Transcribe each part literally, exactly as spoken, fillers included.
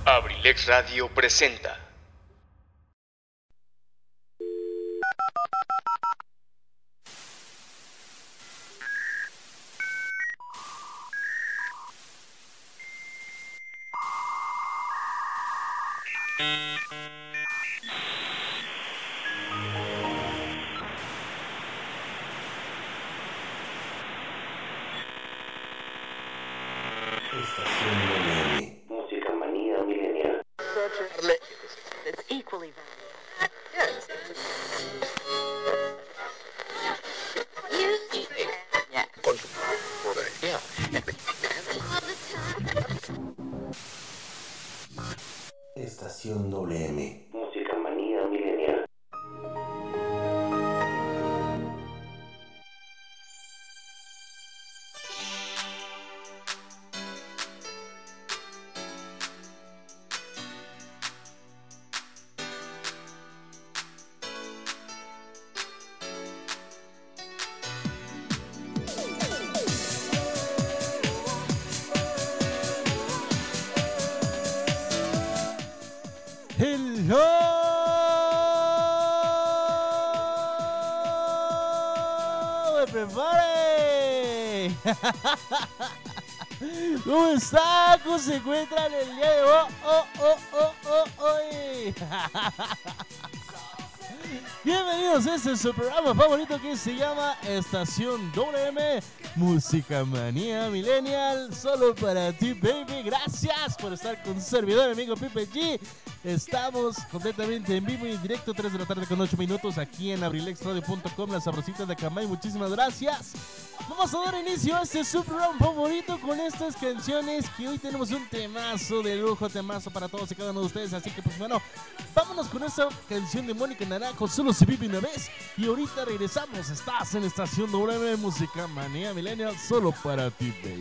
Abrilex Radio presenta. Estación W. Música manía milenial. It's equally Estación W. Música manía milenial. Hello, everybody. ¿Cómo está? ¿Cómo se encuentran el día de hoy? Oh, oh, oh, oh, hoy? Bienvenidos a este su programa favorito que se llama Estación W M, Música Manía Millennial, solo para ti, baby. Gracias por estar con su servidor, amigo Pipe G. Estamos completamente en vivo y en directo, tres de la tarde con ocho minutos, aquí en abrilex radio punto com, las sabrositas de Acambay. Muchísimas gracias. Vamos a dar inicio a este su programa favorito con estas canciones, que hoy tenemos un temazo de lujo, temazo para todos y cada uno de ustedes. Así que pues bueno, vámonos con esta canción de Mónica Naranjo, Solo se vive una vez. Y ahorita regresamos. Estás en Estación W M, Música Manía Millennial, solo para ti, baby.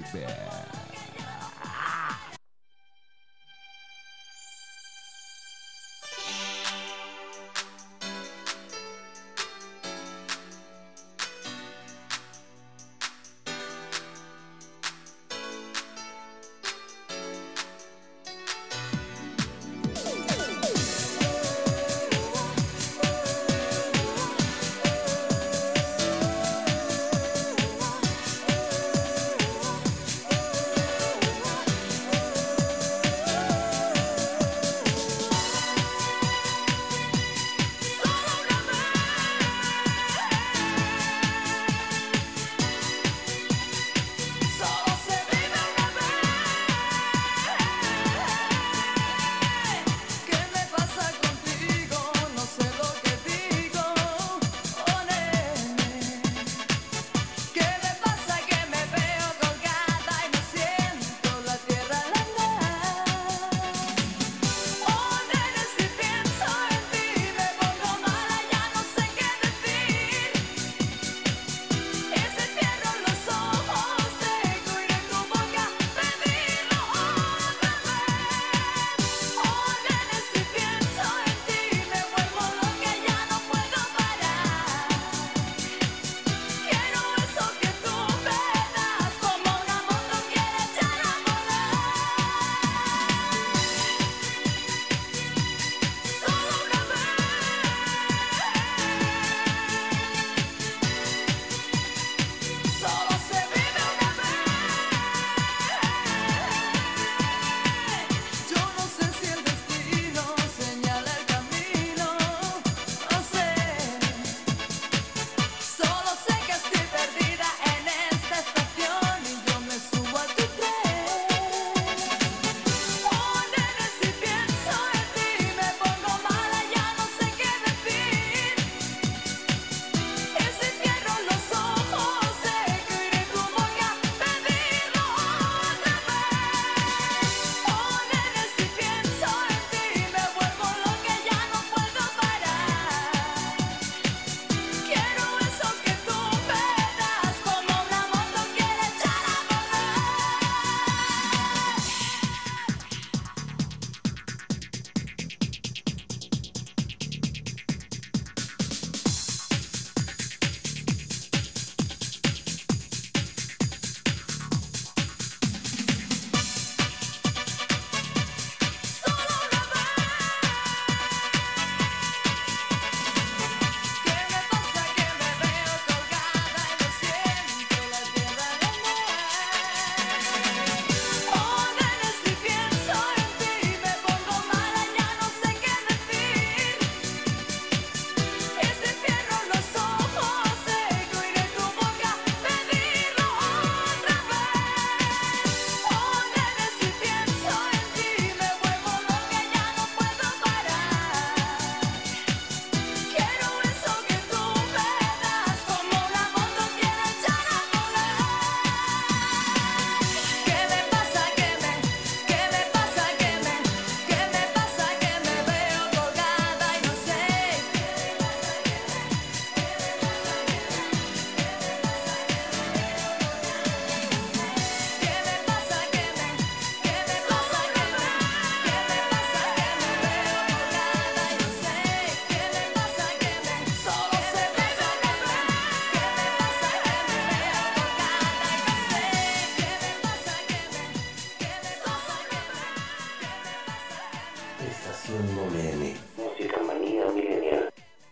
Estación doble eme. Música manía milenial.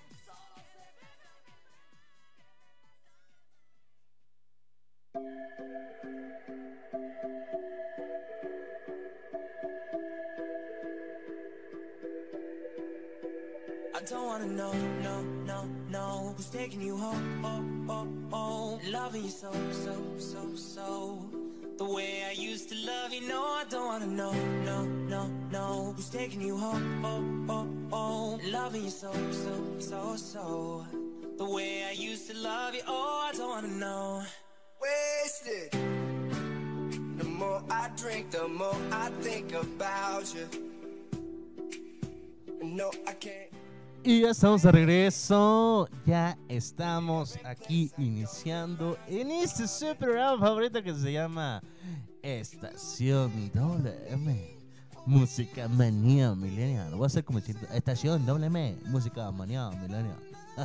I don't wanna know, no, no, no, who's taking you home, oh, oh, oh, loving you so, so, so, so, the way I used to love you. No, I don't wanna know, no, no, no, who's taking you home, oh, oh, oh, loving you so, so, so, so, the way I used to love you. Oh, I don't wanna know. Wasted. The more I drink, the more I think about you. No, I can't. Y ya estamos de regreso, ya estamos aquí iniciando en este su programa favorito que se llama Estación doble eme, Música Manía Millennial. Voy a hacer como decir, Estación doble eme, Música Manía Millennial.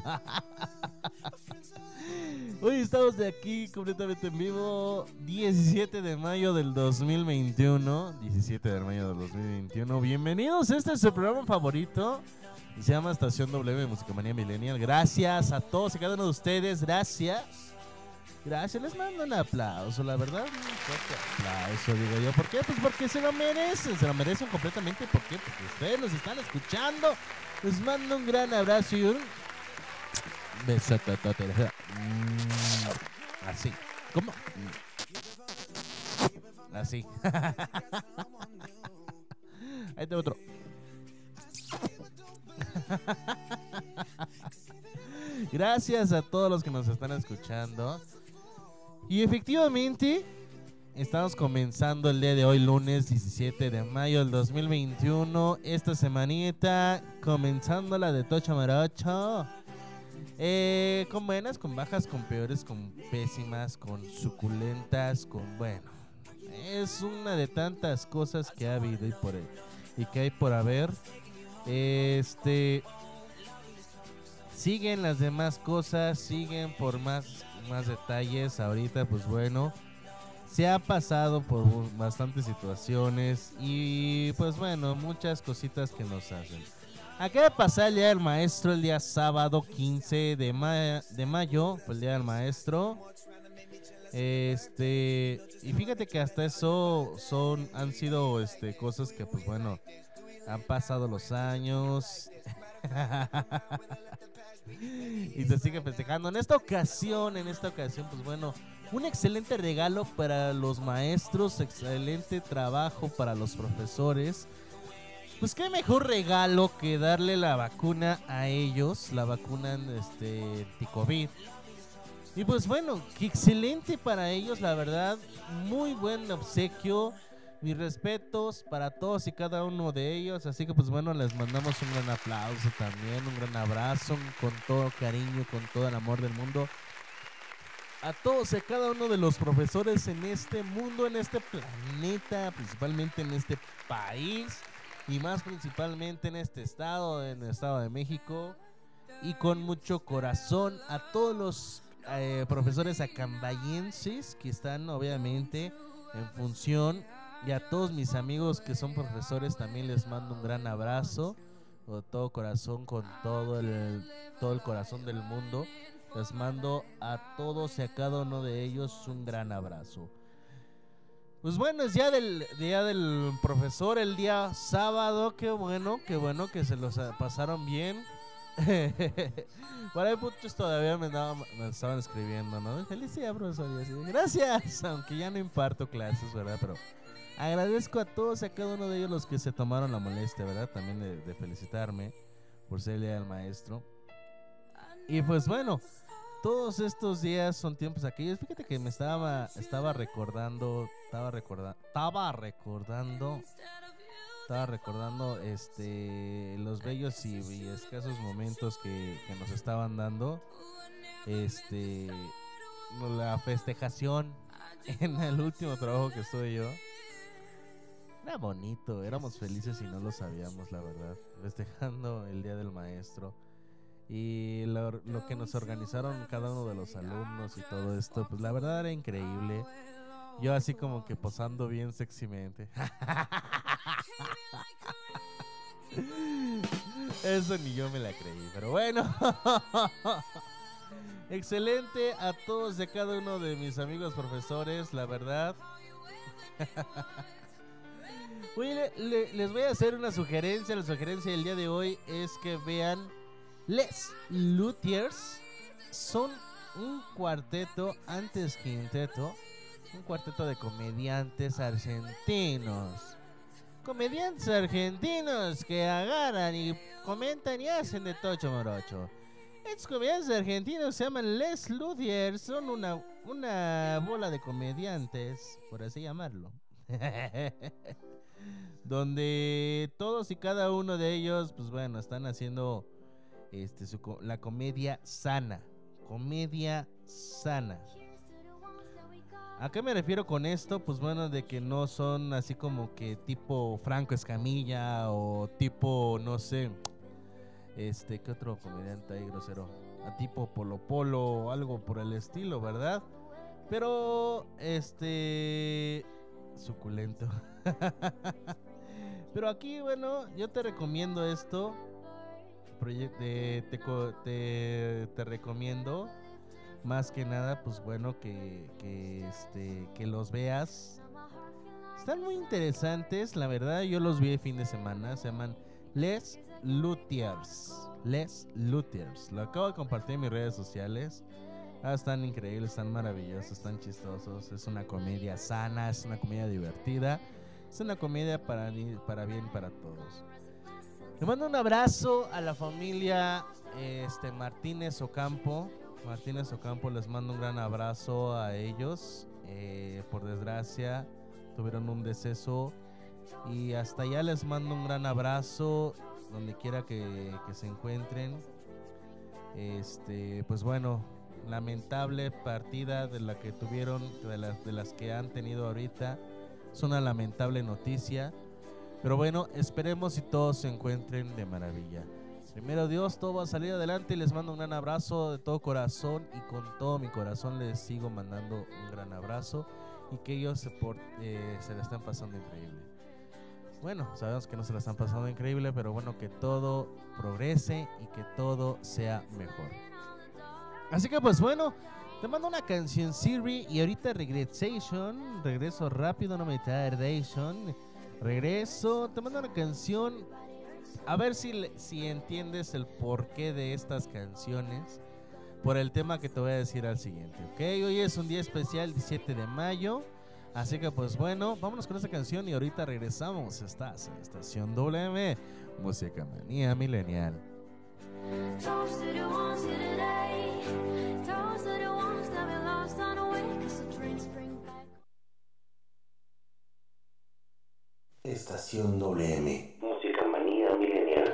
Hoy estamos de aquí completamente en vivo, diecisiete de mayo del dos mil veintiuno, diecisiete de mayo del dos mil veintiuno. Bienvenidos, este es su programa favorito. Se llama Estación doble eme, Música Manía Millennial. Gracias a todos y cada uno de ustedes. Gracias. Gracias. Les mando un aplauso, la verdad. Un fuerte aplauso, digo yo. ¿Por qué? Pues porque se lo merecen. Se lo merecen completamente. ¿Por qué? Porque ustedes nos están escuchando. Les mando un gran abrazo y un beso. Así. ¿Cómo? Así. Ahí tengo otro. Gracias a todos los que nos están escuchando. Y efectivamente estamos comenzando el día de hoy, lunes diecisiete de mayo del dos mil veintiuno. Esta semanita comenzando la de Tocho Morocho, eh, con buenas, con bajas, con peores, con pésimas, con suculentas, con bueno, es una de tantas cosas que ha habido y, por, y que hay por haber. Este siguen las demás cosas, siguen por más, más detalles. Ahorita pues bueno, se ha pasado por bastantes situaciones y pues bueno, muchas cositas que nos hacen. Acaba de pasar el Día del Maestro, el día sábado quince de, ma- de mayo, fue el Día del Maestro. Este, y fíjate que hasta eso son, han sido este, cosas que pues bueno, han pasado los años y se sigue festejando. En esta ocasión, en esta ocasión, pues bueno, un excelente regalo para los maestros, excelente trabajo para los profesores. Pues qué mejor regalo que darle la vacuna a ellos, la vacuna este, anti-COVID. Y pues bueno, qué excelente para ellos, la verdad, muy buen obsequio. Mis respetos para todos y cada uno de ellos. Así que pues bueno, les mandamos un gran aplauso también, un gran abrazo, con todo cariño, con todo el amor del mundo a todos y cada uno de los profesores en este mundo, en este planeta, principalmente en este país y más principalmente en este estado, en el Estado de México. Y con mucho corazón a todos los eh, profesores acambayenses que están obviamente en función. Y a todos mis amigos que son profesores también les mando un gran abrazo, con todo corazón, con todo el, todo el corazón del mundo. Les mando a todos y a cada uno de ellos un gran abrazo. Pues bueno, es día del, día del profesor, el día sábado. Qué bueno, qué bueno que se los pasaron bien. Por ahí muchos todavía me, andaba, me estaban escribiendo, ¿no? Feliz día, profesor. Y así, gracias, aunque ya no imparto clases, ¿verdad? Pero agradezco a todos y a cada uno de ellos los que se tomaron la molestia, ¿verdad? También de, de felicitarme por ser el día del maestro. Y pues bueno, todos estos días son tiempos aquellos. Fíjate que me estaba, estaba recordando, estaba recordando, estaba recordando, estaba recordando este, los bellos y, y escasos momentos que, que nos estaban dando. Este, la festejación en el último trabajo que estuve yo. Era bonito, éramos felices y no lo sabíamos, la verdad. Festejando el Día del Maestro. Y lo, lo que nos organizaron cada uno de los alumnos y todo esto, pues la verdad era increíble. Yo así como que posando bien sexymente. Eso ni yo me la creí, pero bueno. Excelente a todos y a cada uno de mis amigos profesores, la verdad. Oye, le, le, les voy a hacer una sugerencia. La sugerencia del día de hoy es que vean Les Luthiers. Son un cuarteto, antes quinteto, un cuarteto de comediantes argentinos. Comediantes argentinos que agarran y comentan y hacen de tocho morocho. Estos comediantes argentinos se llaman Les Luthiers. Son una, una bola de comediantes, por así llamarlo. Donde todos y cada uno de ellos, pues bueno, están haciendo este, su, la comedia sana. Comedia sana. ¿A qué me refiero con esto? Pues bueno, de que no son así como que tipo Franco Escamilla o tipo, no sé, este, ¿qué otro comediante hay grosero? A tipo Polo Polo o algo por el estilo, ¿verdad? Pero, este, suculento. Pero aquí, bueno, yo te recomiendo esto. Te, te, te, te recomiendo más que nada, pues bueno, que, que, este, que los veas. Están muy interesantes, la verdad. Yo los vi el fin de semana. Se llaman Les Luthiers. Les Luthiers. Lo acabo de compartir en mis redes sociales. Ah, están increíbles, están maravillosos, están chistosos. Es una comedia sana, es una comedia divertida. Es una comedia para, para bien para todos. Le mando un abrazo a la familia este, Martínez Ocampo. Martínez Ocampo, les mando un gran abrazo a ellos. Eh, por desgracia, tuvieron un deceso. Y hasta allá les mando un gran abrazo, donde quiera que, que se encuentren. Este, pues bueno, lamentable partida de la que tuvieron, de las, de las que han tenido ahorita. Es una lamentable noticia. Pero bueno, esperemos y todos se encuentren de maravilla. Primero Dios, todo va a salir adelante. Les mando un gran abrazo de todo corazón. Y con todo mi corazón les sigo mandando un gran abrazo. Y que ellos se, por, eh, se la están pasando increíble. Bueno, sabemos que no se la están pasando increíble, pero bueno, que todo progrese y que todo sea mejor. Así que pues bueno, te mando una canción Siri. Y ahorita regresation. Regreso rápido, no me tardation. Regreso, te mando una canción. A ver si, si entiendes el porqué de estas canciones por el tema que te voy a decir al siguiente, ¿ok? Hoy es un día especial, diecisiete de mayo. Así que pues bueno, vámonos con esta canción y ahorita regresamos. Estás en Estación W M, Música Manía Millennial. Estación W M, Música Manía Millennial.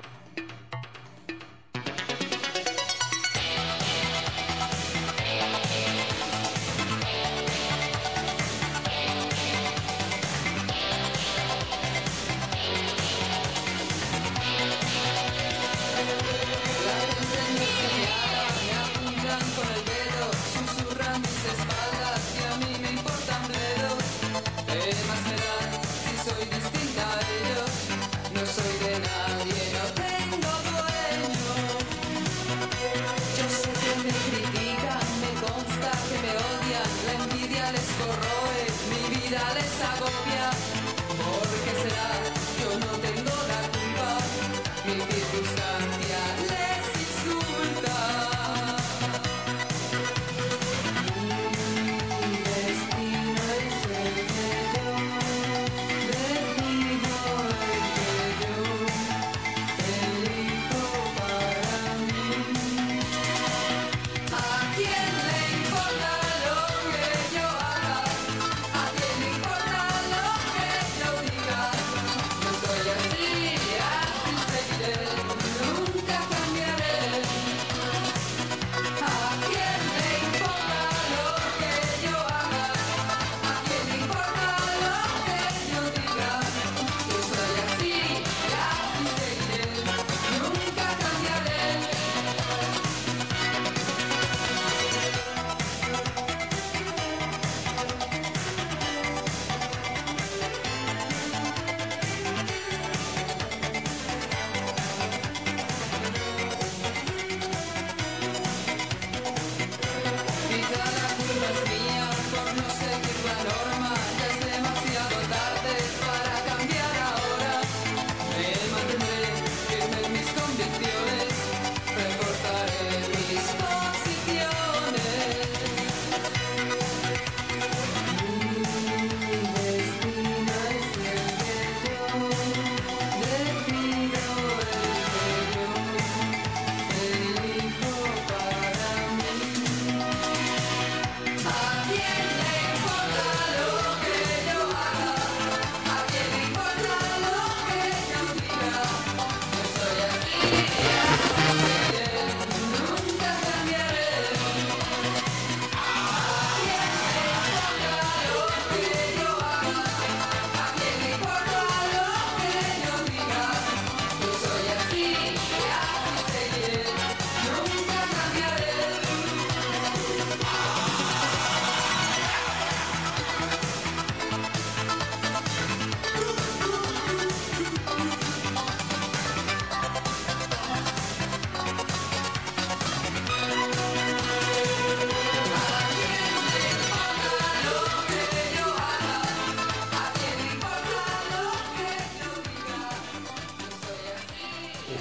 ¿Qué más me da si soy distinta a ellos? No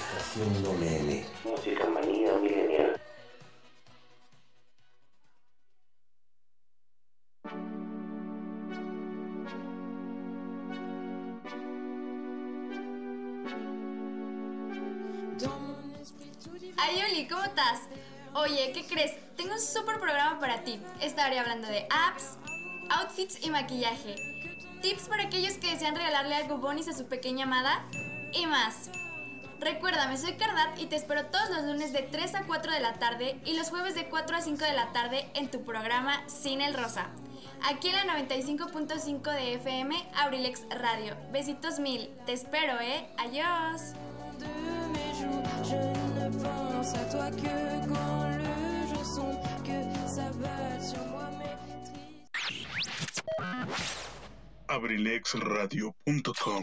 Estación doble eme. Música manía milenial. Ay, Oli, ¿cómo estás? Oye, ¿qué crees? Tengo un súper programa para ti. Estaré hablando de apps, outfits y maquillaje. Tips para aquellos que desean regalarle algo bonis a su pequeña amada y más. Recuérdame, soy Cardat y te espero todos los lunes de tres a cuatro de la tarde y los jueves de cuatro a cinco de la tarde en tu programa Sin el Rosa. Aquí en la noventa y cinco punto cinco de F M, Abrilex Radio. Besitos mil. Te espero, ¿eh? Adiós. Je ne pense à toi que quand le jour sombre, que s'abat sur moi mes tristes. Abrilex radio punto com.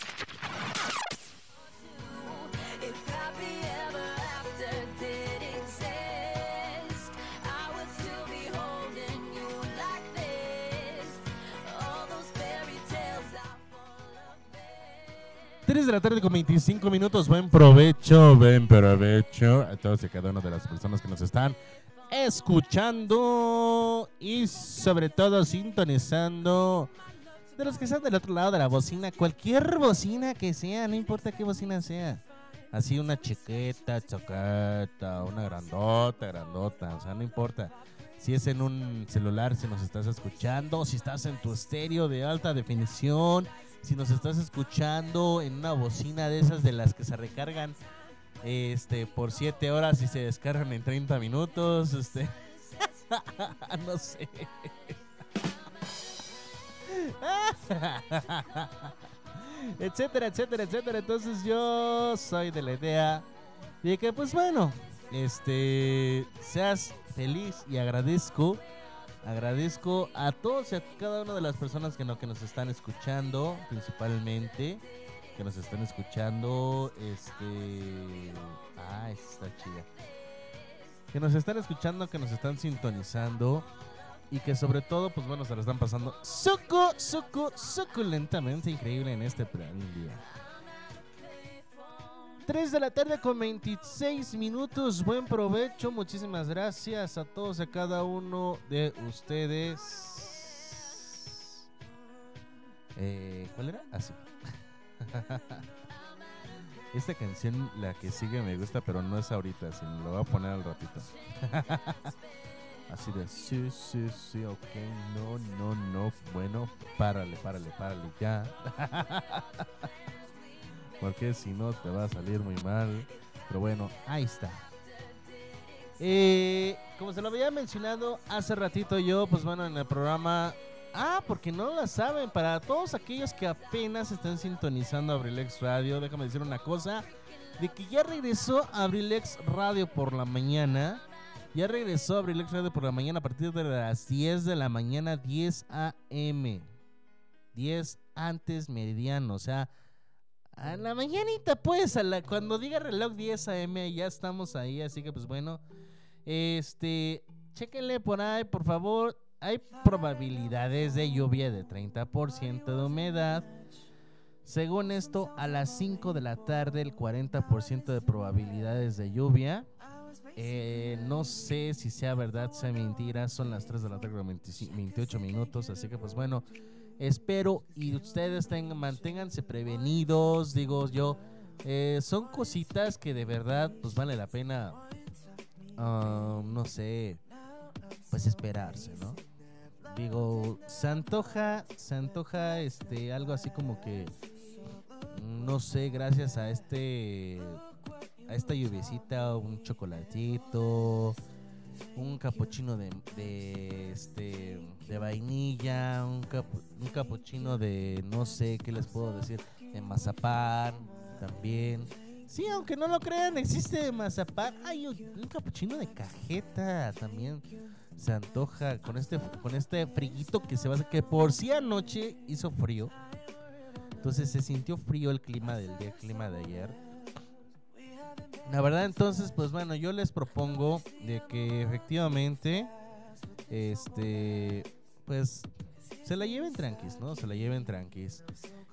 tres de la tarde con veinticinco minutos. Buen provecho, buen provecho a todos y cada una de las personas que nos están escuchando y sobre todo sintonizando. De los que están del otro lado de la bocina, cualquier bocina que sea, no importa qué bocina sea. Así una chiquita, chocata, una grandota, grandota, o sea, no importa. Si es en un celular, si nos estás escuchando, si estás en tu estéreo de alta definición, si nos estás escuchando en una bocina de esas de las que se recargan este por siete horas y se descargan en treinta minutos, este no sé. etcétera, etcétera, etcétera. Entonces yo soy de la idea de que pues bueno, este seas feliz y agradezco Agradezco a todos y a cada una de las personas que, no, que nos están escuchando, principalmente, que nos están escuchando, este... Ah, esta está chida. Que nos están escuchando, que nos están sintonizando y que sobre todo, pues bueno, se lo están pasando sucu, sucu, suculentamente increíble en este plan día. tres de la tarde con veintiséis minutos. Buen provecho. Muchísimas gracias a todos y a cada uno de ustedes. Eh, ¿Cuál era? Ah, sí. Esta canción, la que sigue, me gusta, pero no es ahorita, sino lo voy a poner al ratito. Así de sí, sí, sí, ok. No, no, no. Bueno, párale, párale, párale, ya. Porque si no te va a salir muy mal. Pero bueno, ahí está. Eh, como se lo había mencionado hace ratito yo, pues bueno, en el programa... Ah, porque no lo saben, para todos aquellos que apenas están sintonizando Abrilex Radio, déjame decir una cosa, de que ya regresó Abrilex Radio por la mañana. Ya regresó Abrilex Radio por la mañana a partir de las diez de la mañana, diez a eme. diez antes meridiano, o sea... A la mañanita, pues, a la, cuando diga reloj diez a eme, ya estamos ahí, así que pues bueno, este, chéquenle por ahí, por favor. Hay probabilidades de lluvia de treinta por ciento de humedad. Según esto, a las cinco de la tarde, el cuarenta por ciento de probabilidades de lluvia. Eh, no sé si sea verdad, sea mentira, son las tres de la tarde con veintiocho minutos, así que pues bueno... Espero y ustedes tengan, manténganse prevenidos, digo yo, eh, son cositas que de verdad pues vale la pena, uh, no sé, pues esperarse, ¿no? Digo, se antoja, se antoja este, algo así como que, no sé, gracias a este, a esta lluviecita, un chocolatito, un capuchino de, de este de vainilla, un, capu, un capuchino de no sé qué les puedo decir, de mazapán también. Sí, aunque no lo crean, existe mazapán. Hay un, un capuchino de cajeta también. Se antoja con este con este friguito que se va a hacer, que por si anoche hizo frío. Entonces se sintió frío el clima del día, el clima de ayer. La verdad, entonces, pues bueno, yo les propongo de que efectivamente, este, pues, se la lleven tranquis, ¿no? Se la lleven tranquis.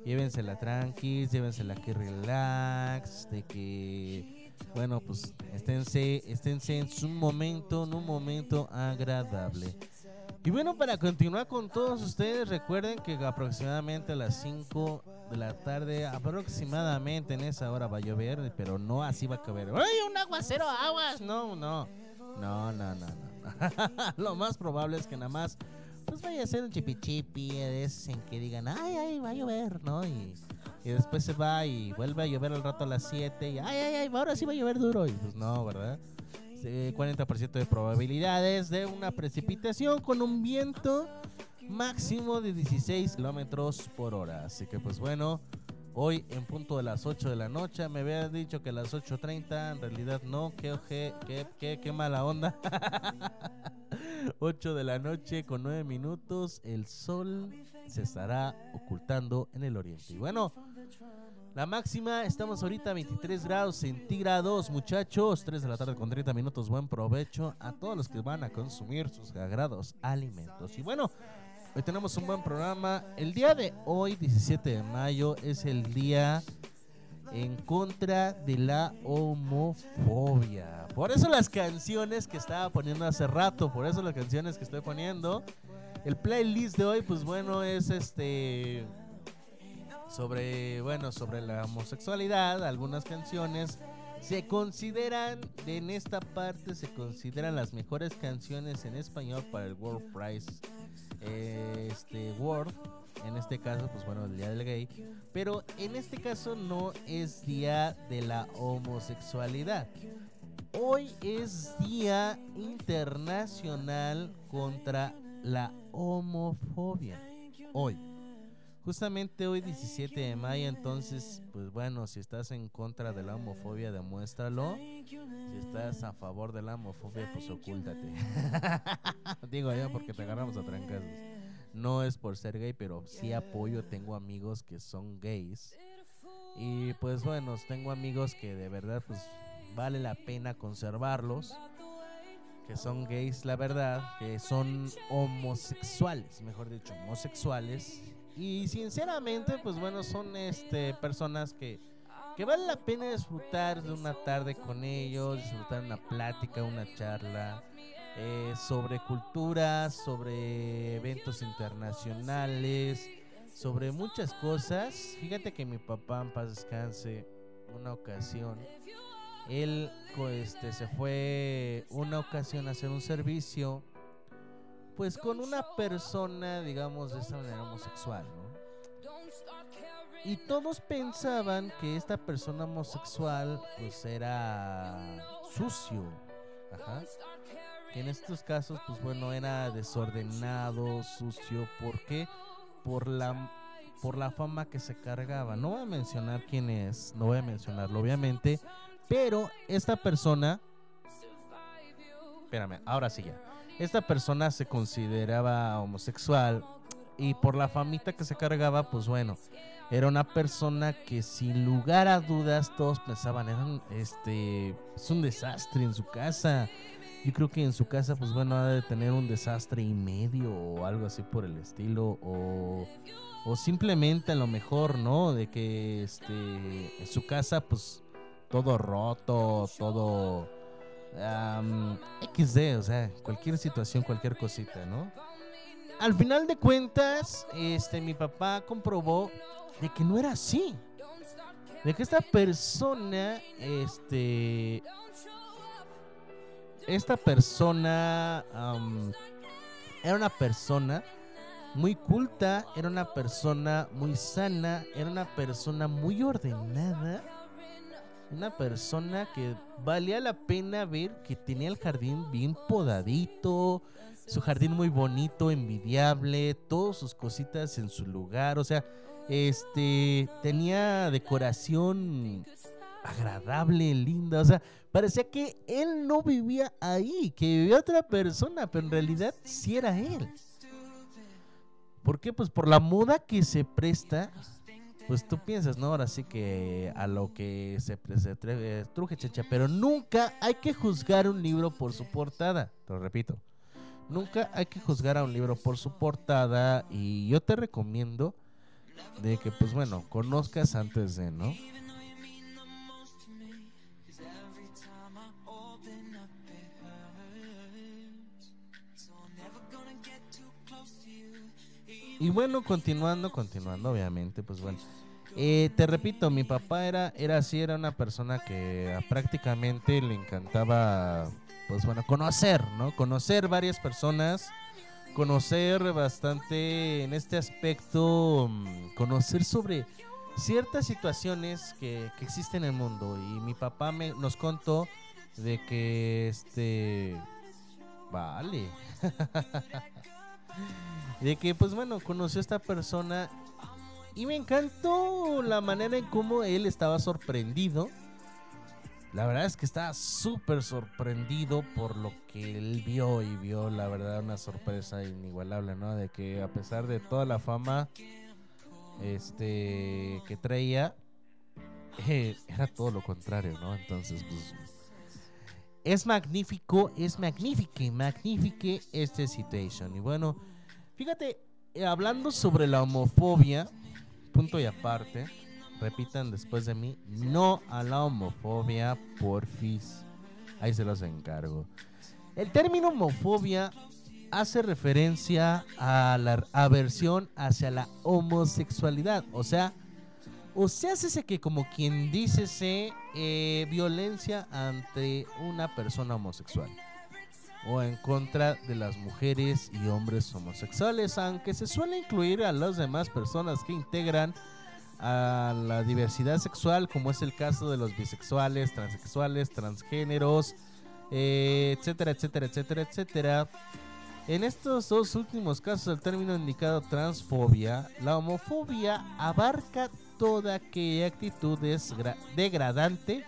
llévensela tranqui, llévensela que relax, de que, bueno, pues esténse, esténse en su momento, en un momento agradable. Y bueno, para continuar con todos ustedes, recuerden que aproximadamente a las cinco de la tarde, aproximadamente en esa hora va a llover, pero no así va a caber. ¡Ay, un aguacero, aguas! No, no, no, no, no, no. Lo más probable es que nada más pues vaya a ser un chipi-chipi de esos en que digan, ay, ay, va a llover, ¿no? Y, y después se va y vuelve a llover al rato a las siete y, ay, ay, ay, ahora sí va a llover duro. Y pues no, ¿verdad? cuarenta por ciento de probabilidades de una precipitación con un viento máximo de dieciséis kilómetros por hora. Así que pues bueno, hoy en punto de las ocho de la noche, me habían dicho que a las ocho treinta, en realidad no, qué oje, qué, qué, qué mala onda. ocho de la noche con nueve minutos, el sol se estará ocultando en el oriente. Y bueno, la máxima, estamos ahorita a veintitrés grados centígrados, muchachos. tres de la tarde con treinta minutos. Buen provecho a todos los que van a consumir sus sagrados alimentos. Y bueno, hoy tenemos un buen programa. El día de hoy, diecisiete de mayo, es el día en contra de la homofobia. Por eso las canciones que estaba poniendo hace rato, por eso las canciones que estoy poniendo. El playlist de hoy, pues bueno, es este... sobre, bueno, sobre la homosexualidad. Algunas canciones se consideran, en esta parte se consideran las mejores canciones en español para el World Prize eh, este World, en este caso pues bueno, el día del gay, pero en este caso no es día de la homosexualidad. Hoy es día internacional contra la homofobia. Hoy Justamente hoy diecisiete de mayo, entonces, pues bueno, si estás en contra de la homofobia, demuéstralo. Si estás a favor de la homofobia, pues ocúltate. Digo yo porque te agarramos a trancazos. No es por ser gay, pero sí apoyo, tengo amigos que son gays. Y pues bueno, tengo amigos que de verdad pues vale la pena conservarlos. Que son gays, la verdad, que son homosexuales, mejor dicho, homosexuales. Y sinceramente, pues bueno, son este personas que, que vale la pena disfrutar de una tarde con ellos, disfrutar una plática, una charla eh, sobre cultura, sobre eventos internacionales, sobre muchas cosas. Fíjate que mi papá, en paz descanse, una ocasión, él este, se fue una ocasión a hacer un servicio pues con una persona, digamos, de esta manera homosexual, ¿no? Y todos pensaban que esta persona homosexual pues era sucio. Ajá. Que en estos casos pues bueno, era desordenado, sucio. ¿Por qué? Por la, por la fama que se cargaba. No voy a mencionar quién es, no voy a mencionarlo obviamente, pero esta persona, espérame, ahora sí ya. Esta persona se consideraba homosexual y por la famita que se cargaba, pues bueno, era una persona que sin lugar a dudas todos pensaban, era un, este, es un desastre en su casa. Yo creo que en su casa, pues bueno, ha de tener un desastre y medio o algo así por el estilo, o, o simplemente a lo mejor, ¿no? De que este, en su casa, pues todo roto, todo... Um, equis de, o sea, cualquier situación, cualquier cosita, ¿no? Al final de cuentas, este, mi papá comprobó de que no era así, de que esta persona, este, esta persona um, era una persona muy culta, era una persona muy sana, era una persona muy ordenada. Una persona que valía la pena ver que tenía el jardín bien podadito, su jardín muy bonito, envidiable, todas sus cositas en su lugar, o sea, este tenía decoración agradable, linda, o sea, parecía que él no vivía ahí, que vivía otra persona, pero en realidad sí era él. ¿Por qué? Pues por la moda que se presta. Pues tú piensas, ¿no? Ahora sí que a lo que se, se truje, truje checha, pero nunca hay que juzgar un libro por su portada. Te lo repito, nunca hay que juzgar a un libro por su portada. Y yo te recomiendo de que pues bueno, conozcas antes de, ¿no? Y bueno, continuando, continuando, obviamente, pues bueno, eh, te repito, mi papá era, era así, era una persona que prácticamente le encantaba, pues bueno, conocer, ¿no? Conocer varias personas, conocer bastante en este aspecto, conocer sobre ciertas situaciones que, que existen en el mundo. Y mi papá me, nos contó de que, este, vale... de que pues bueno, conoció a esta persona y me encantó la manera en cómo él estaba sorprendido. La verdad es que estaba súper sorprendido por lo que él vio y vio, la verdad, una sorpresa inigualable, ¿no? De que a pesar de toda la fama este que traía, eh, era todo lo contrario, ¿no? Entonces, pues, es magnífico, es magnífique, magnífique este situation. Y bueno, fíjate, eh, hablando sobre la homofobia, punto y aparte, repitan después de mí, no a la homofobia, porfis. Ahí se los encargo. El término homofobia hace referencia a la aversión hacia la homosexualidad. O sea, o sea, hace que como quien dice se eh, violencia ante una persona homosexual o en contra de las mujeres y hombres homosexuales, aunque se suele incluir a las demás personas que integran a la diversidad sexual, como es el caso de los bisexuales, transexuales, transgéneros, eh, etcétera, etcétera, etcétera, etcétera. En estos dos últimos casos, el término indicado transfobia, la homofobia abarca toda aquella actitud desgra- degradante,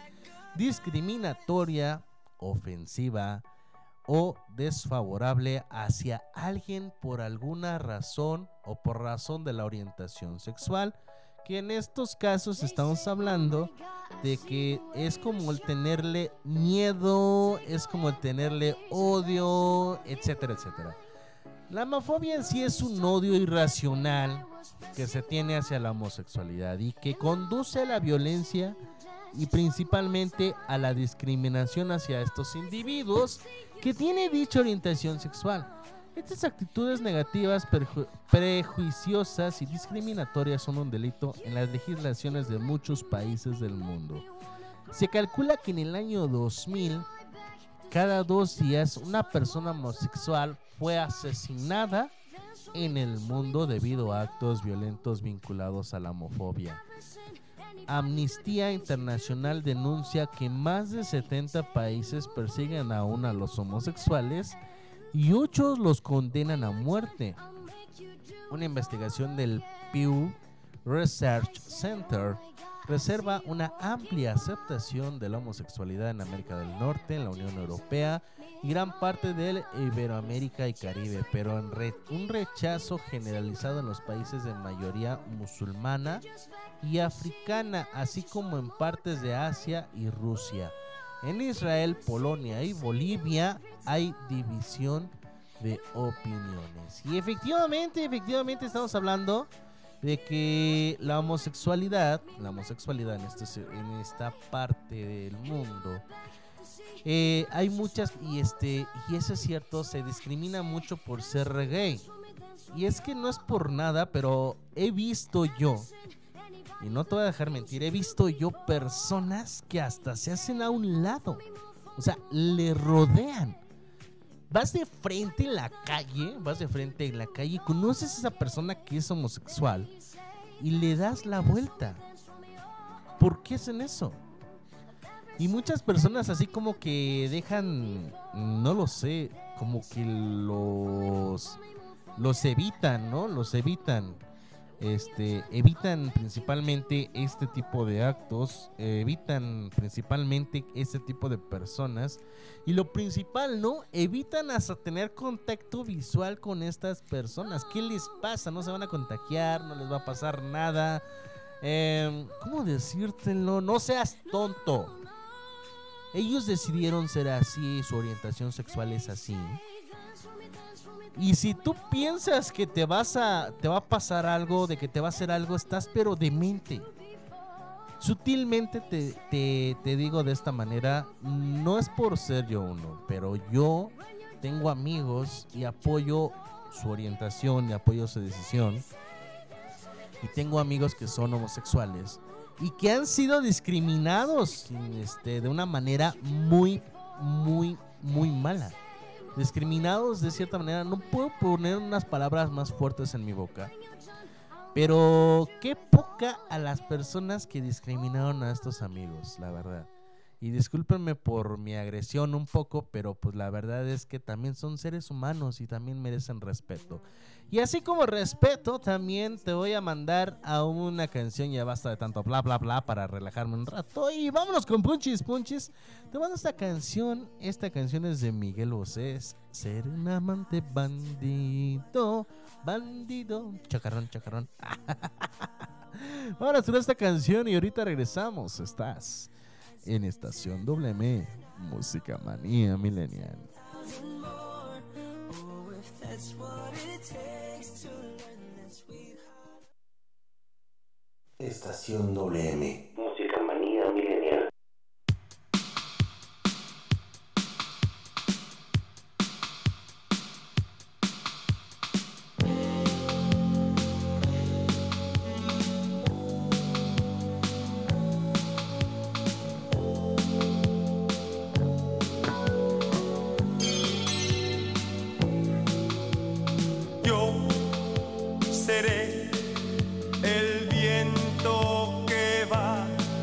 discriminatoria, ofensiva o desfavorable hacia alguien por alguna razón o por razón de la orientación sexual, que en estos casos estamos hablando de que es como el tenerle miedo, es como el tenerle odio, etcétera, etcétera. La homofobia en sí es un odio irracional que se tiene hacia la homosexualidad y que conduce a la violencia y principalmente a la discriminación hacia estos individuos que tienen dicha orientación sexual. Estas actitudes negativas, perju- prejuiciosas y discriminatorias son un delito en las legislaciones de muchos países del mundo. Se calcula que en el año dos mil, cada dos días, una persona homosexual fue asesinada en el mundo debido a actos violentos vinculados a la homofobia. Amnistía Internacional denuncia que más de setenta países persiguen aún a los homosexuales y ocho los condenan a muerte. Una investigación del Pew Research Center reserva una amplia aceptación de la homosexualidad en América del Norte, en la Unión Europea y gran parte de Iberoamérica y Caribe, pero en re- un rechazo generalizado en los países de mayoría musulmana y africana, así como en partes de Asia y Rusia. En Israel, Polonia y Bolivia hay división de opiniones. Y efectivamente, efectivamente estamos hablando de que la homosexualidad, la homosexualidad en, este, en esta parte del mundo, eh, hay muchas, y este, y eso es cierto, se discrimina mucho por ser gay. Y es que no es por nada, pero he visto yo, y no te voy a dejar mentir, he visto yo personas que hasta se hacen a un lado. O sea, le rodean. Vas de frente en la calle, vas de frente en la calle y conoces a esa persona que es homosexual y le das la vuelta. ¿Por qué hacen eso? Y muchas personas así como que dejan, no lo sé, como que los, los evitan, ¿no? Los evitan. Este, evitan principalmente este tipo de actos, eh, evitan principalmente este tipo de personas y lo principal, ¿no? Evitan hasta tener contacto visual con estas personas. ¿Qué les pasa? No se van a contagiar, no les va a pasar nada. Eh, ¿Cómo decírtelo? No seas tonto. Ellos decidieron ser así, su orientación sexual es así. Y si tú piensas que te vas a te va a pasar algo, de que te va a hacer algo, estás pero demente. Sutilmente te, te, te digo de esta manera, no es por ser yo uno, pero yo tengo amigos y apoyo su orientación y apoyo su decisión. Y tengo amigos que son homosexuales y que han sido discriminados este, de una manera muy, muy, muy mala. Discriminados de cierta manera, no puedo poner unas palabras más fuertes en mi boca, pero qué poca a las personas que discriminaron a estos amigos, la verdad. Y discúlpenme por mi agresión un poco, pero pues la verdad es que también son seres humanos y también merecen respeto. Y así como respeto, también te voy a mandar a una canción, ya basta de tanto bla bla bla para relajarme un rato. Y vámonos con Punchis Punchis. Te mando esta canción, esta canción es de Miguel Bosé, Ser un amante bandido, bandido, chacarrón, chacarrón. Vámonos con esta canción y ahorita regresamos, estás en Estación W M, Música Manía Millennial. Estación W M, Música Manía Millennial. Seré el viento que va,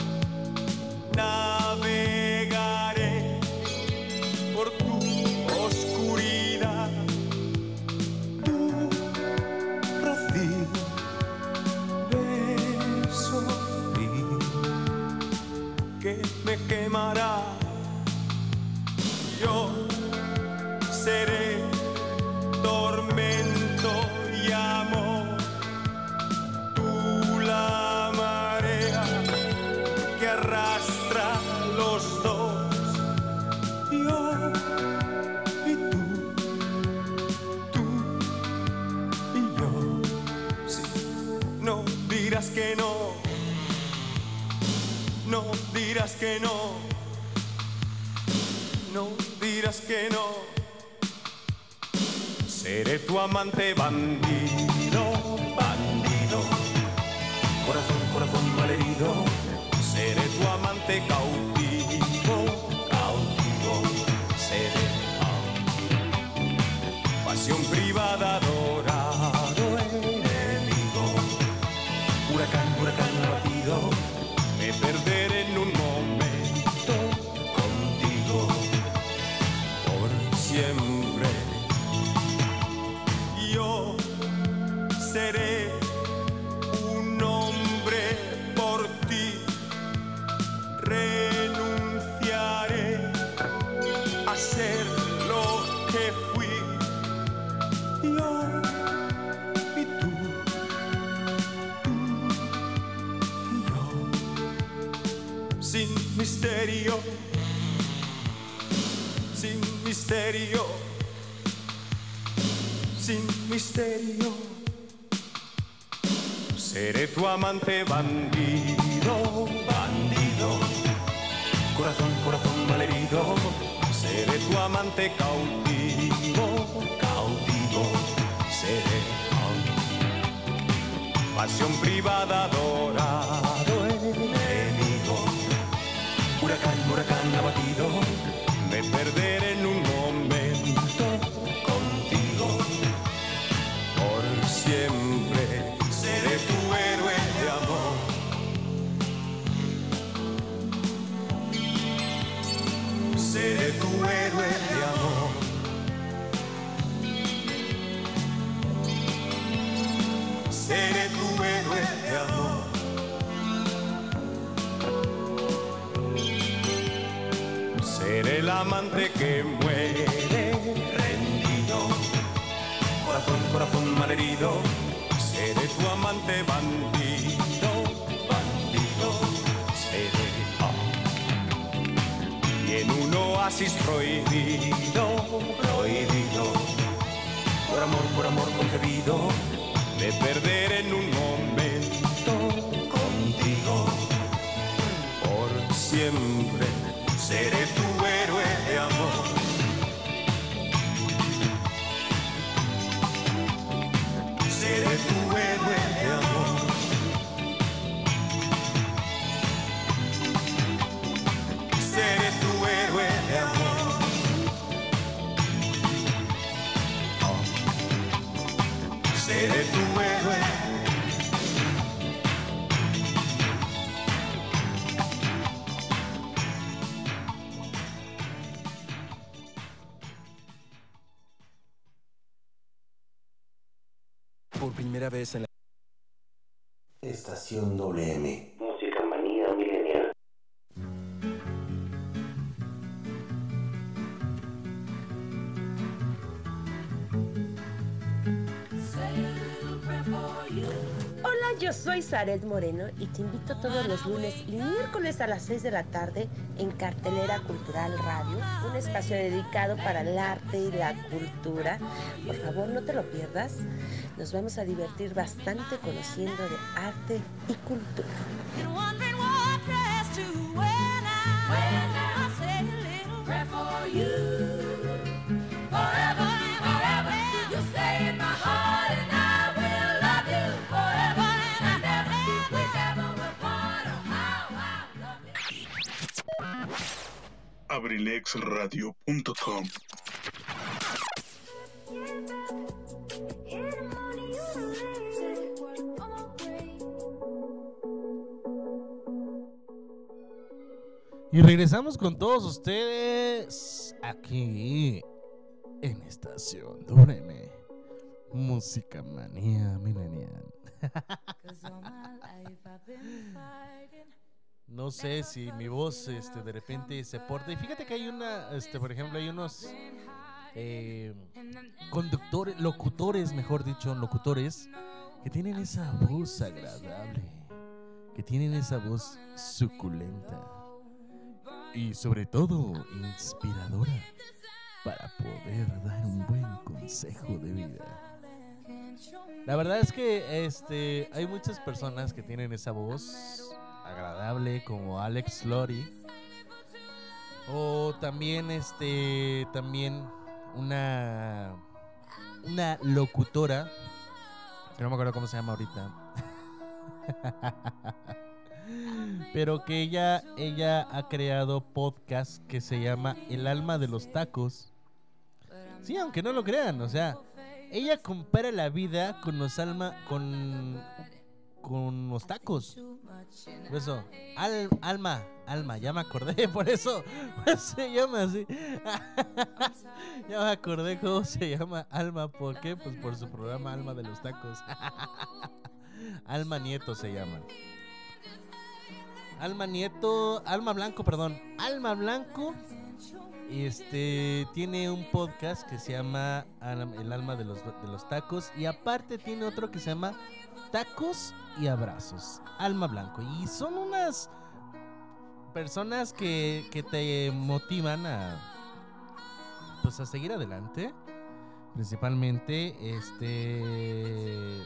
navegaré por tu oscuridad, tu rocío, beso frío que me quemará. Yo seré tormento y amor. La marea que arrastra los dos, yo y tú, tú y yo. Sí, no dirás que no, no dirás que no, no dirás que no. Seré tu amante bandido, bandido. Corazón, corazón malherido, seré tu amante cautivo, cautivo, seré pasión privada, adorado enemigo, huracán, huracán abatido, me perderé en un momento contigo, por siempre. Yo seré renunciaré a ser lo que fui, yo y tú, tú y yo, sin misterio, sin misterio, sin misterio. Seré tu amante bandido, bandido. Corazón, corazón malherido, seré tu amante cautivo, cautivo, seré pasión privada, adorado enemigo, huracán, huracán abatido, me perderé en un momento contigo, por siempre seré tu héroe de amor. Seré tu héroe de amor. Seré tu héroe de amor. Seré el amante que muere rendido. Corazón, corazón malherido. Seré tu amante bandido, bandido. Seré en un oasis prohibido, prohibido, por amor, por amor concebido, de perder en un momento contigo. Por siempre seré tu héroe de amor. Seré tu héroe de amor. Seré tu héroe de amor. Seré tu héroe. Por primera vez en la Estación W M. Música manía milenial. Hola, yo soy Zaret Moreno y te invito todos los lunes y miércoles a las seis de la tarde en Cartelera Cultural Radio, un espacio dedicado para el arte y la cultura. Por favor, no te lo pierdas. Nos vamos a divertir bastante conociendo de arte y cultura. Abrilex Radio punto com. Y regresamos con todos ustedes aquí en Estación W M, Música Manía Milenial. No sé si mi voz este, de repente se porta. Y fíjate que hay una, este, por ejemplo, hay unos eh, conductores, locutores, mejor dicho, locutores, que tienen esa voz agradable, que tienen esa voz suculenta y sobre todo inspiradora para poder dar un buen consejo de vida. La verdad es que este, hay muchas personas que tienen esa voz agradable, como Alex Lori, o también este también una una locutora que no me acuerdo cómo se llama ahorita, pero que ella ella ha creado podcast que se llama El Alma de los Tacos. Sí, aunque no lo crean, o sea, ella compara la vida con los alma con con los tacos. Por eso, al, alma, alma, ya me acordé, por eso, por eso se llama así. Ya me acordé cómo se llama Alma, ¿por qué? Pues por su programa Alma de los Tacos. Alma Nieto se llama. Alma Nieto, Alma Blanco, perdón, Alma Blanco. Este tiene un podcast que se llama El Alma de los, de los Tacos, y aparte tiene otro que se llama Tacos y Abrazos, Alma Blanco. Y son unas personas que, que te motivan a pues a seguir adelante. Principalmente este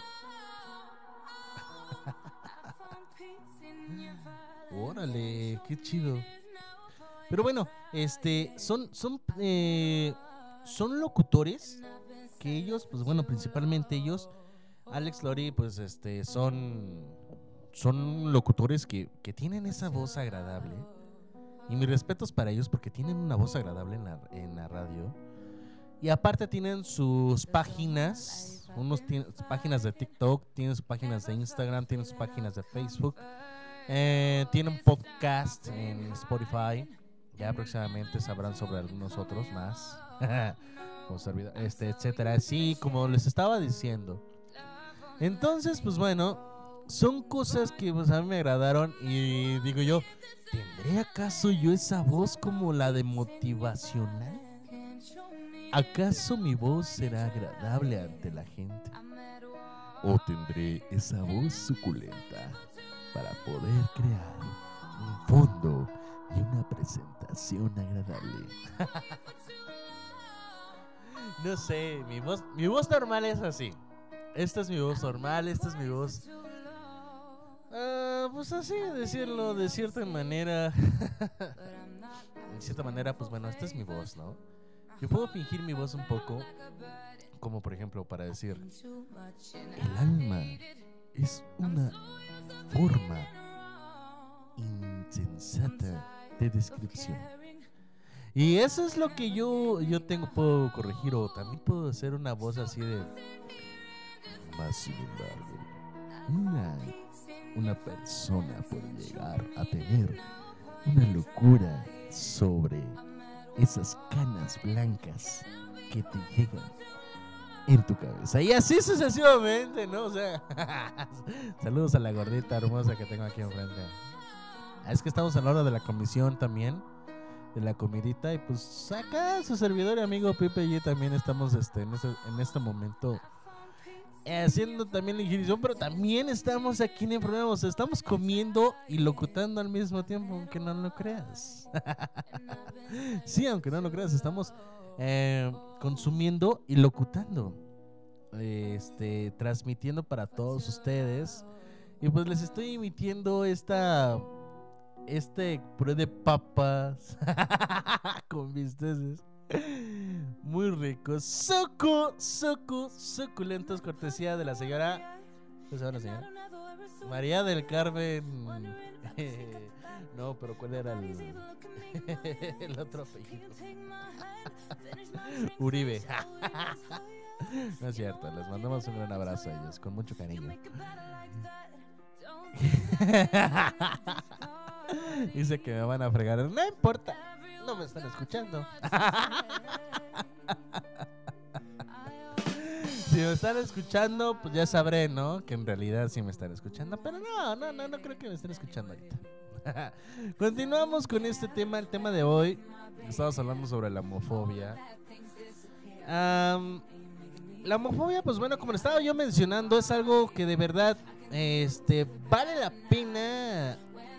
órale, qué chido. Pero bueno, este son son eh, son locutores que ellos, pues bueno, principalmente ellos, Alex Lori, pues este son son locutores que, que tienen esa voz agradable. Y mis respetos para ellos porque tienen una voz agradable en la, en la radio. Y aparte tienen sus páginas, unos tienen páginas de TikTok, tienen sus páginas de Instagram, tienen sus páginas de Facebook. Eh, tienen podcast en Spotify. Ya próximamente sabrán sobre algunos otros más. Como servidor, este, etcétera. Sí, como les estaba diciendo. Entonces, pues bueno, son cosas que pues, a mí me agradaron. Y digo yo, ¿tendré acaso yo esa voz como la de motivacional? ¿Acaso mi voz será agradable ante la gente? ¿O tendré esa voz suculenta para poder crear un fondo y una presentación agradable? No sé, mi voz, mi voz normal es así. Esta es mi voz normal, esta es mi voz. Uh, pues así decirlo de cierta manera. De cierta manera, pues bueno, esta es mi voz, ¿no? Yo puedo fingir mi voz un poco, como por ejemplo para decir: el alma es una forma insensata de descripción. Y eso es lo que yo, yo tengo, puedo corregir. O también puedo hacer una voz así de: más sin embargo, una, una persona puede llegar a tener una locura sobre esas canas blancas que te llegan en tu cabeza. Y así sucesivamente, ¿no? O sea, saludos a la gordita hermosa que tengo aquí enfrente. Es que estamos a la hora de la comisión también, de la comidita. Y pues acá su servidor y amigo Pipe y también estamos este, en, este, en este momento eh, haciendo también la ingestión, pero también estamos aquí en el programa. O sea, estamos comiendo y locutando al mismo tiempo, aunque no lo creas. Sí, aunque no lo creas, estamos eh, consumiendo y locutando, este, transmitiendo para todos ustedes. Y pues les estoy emitiendo esta Este puré de papas con bisteces muy ricos, sucu, sucu, suculentos, cortesía de la señora, ¿cómo se llama la señora? María del Carmen. No, pero ¿cuál era el, el otro apellido? Uribe. No es cierto, les mandamos un gran abrazo a ellos con mucho cariño. Dice que me van a fregar. No importa, no me están escuchando. Si me están escuchando, pues ya sabré, ¿no? Que en realidad sí me están escuchando. Pero no, no, no, no creo que me estén escuchando ahorita. Continuamos con este tema, el tema de hoy. Estamos hablando sobre la homofobia. um, La homofobia, pues bueno, como le estaba yo mencionando, es algo que de verdad Este, vale la pena.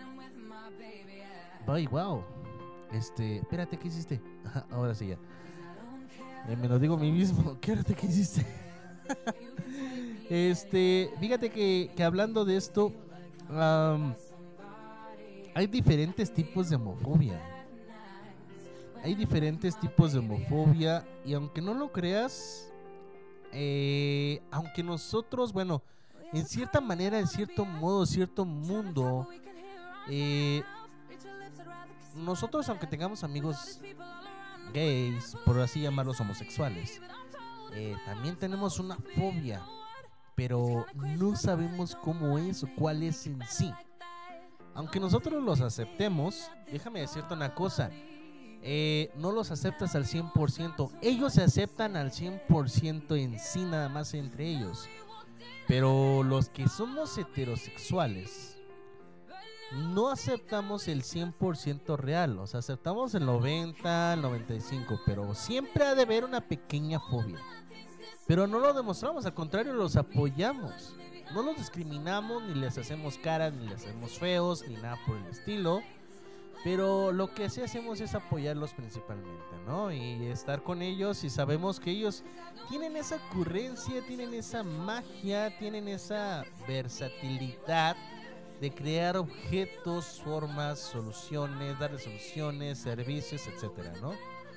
Ay, wow. Este, espérate, ¿qué hiciste? Ahora sí ya. Eh, me lo digo a mí mismo. Espérate, ¿qué hiciste? Este, fíjate que, que hablando de esto, um, hay diferentes tipos de homofobia. Hay diferentes tipos de homofobia. Y aunque no lo creas, eh, aunque nosotros, bueno, en cierta manera, en cierto modo, cierto mundo, eh, nosotros, aunque tengamos amigos gays, por así llamarlos, homosexuales, eh, también tenemos una fobia, pero no sabemos cómo es o cuál es en sí. Aunque nosotros los aceptemos, déjame decirte una cosa, eh, no los aceptas al cien por ciento. Ellos se aceptan al cien por ciento en sí, nada más entre ellos. Pero los que somos heterosexuales no aceptamos el cien por ciento real. O sea, aceptamos el noventa, el noventa y cinco, pero siempre ha de haber una pequeña fobia. Pero no lo demostramos, al contrario, los apoyamos. No los discriminamos, ni les hacemos caras, ni les hacemos feos, ni nada por el estilo. Pero lo que sí hacemos es apoyarlos principalmente, ¿no? Y estar con ellos, y sabemos que ellos tienen esa ocurrencia, tienen esa magia, tienen esa versatilidad de crear objetos, formas, soluciones, darle soluciones, servicios, etcétera, ¿no?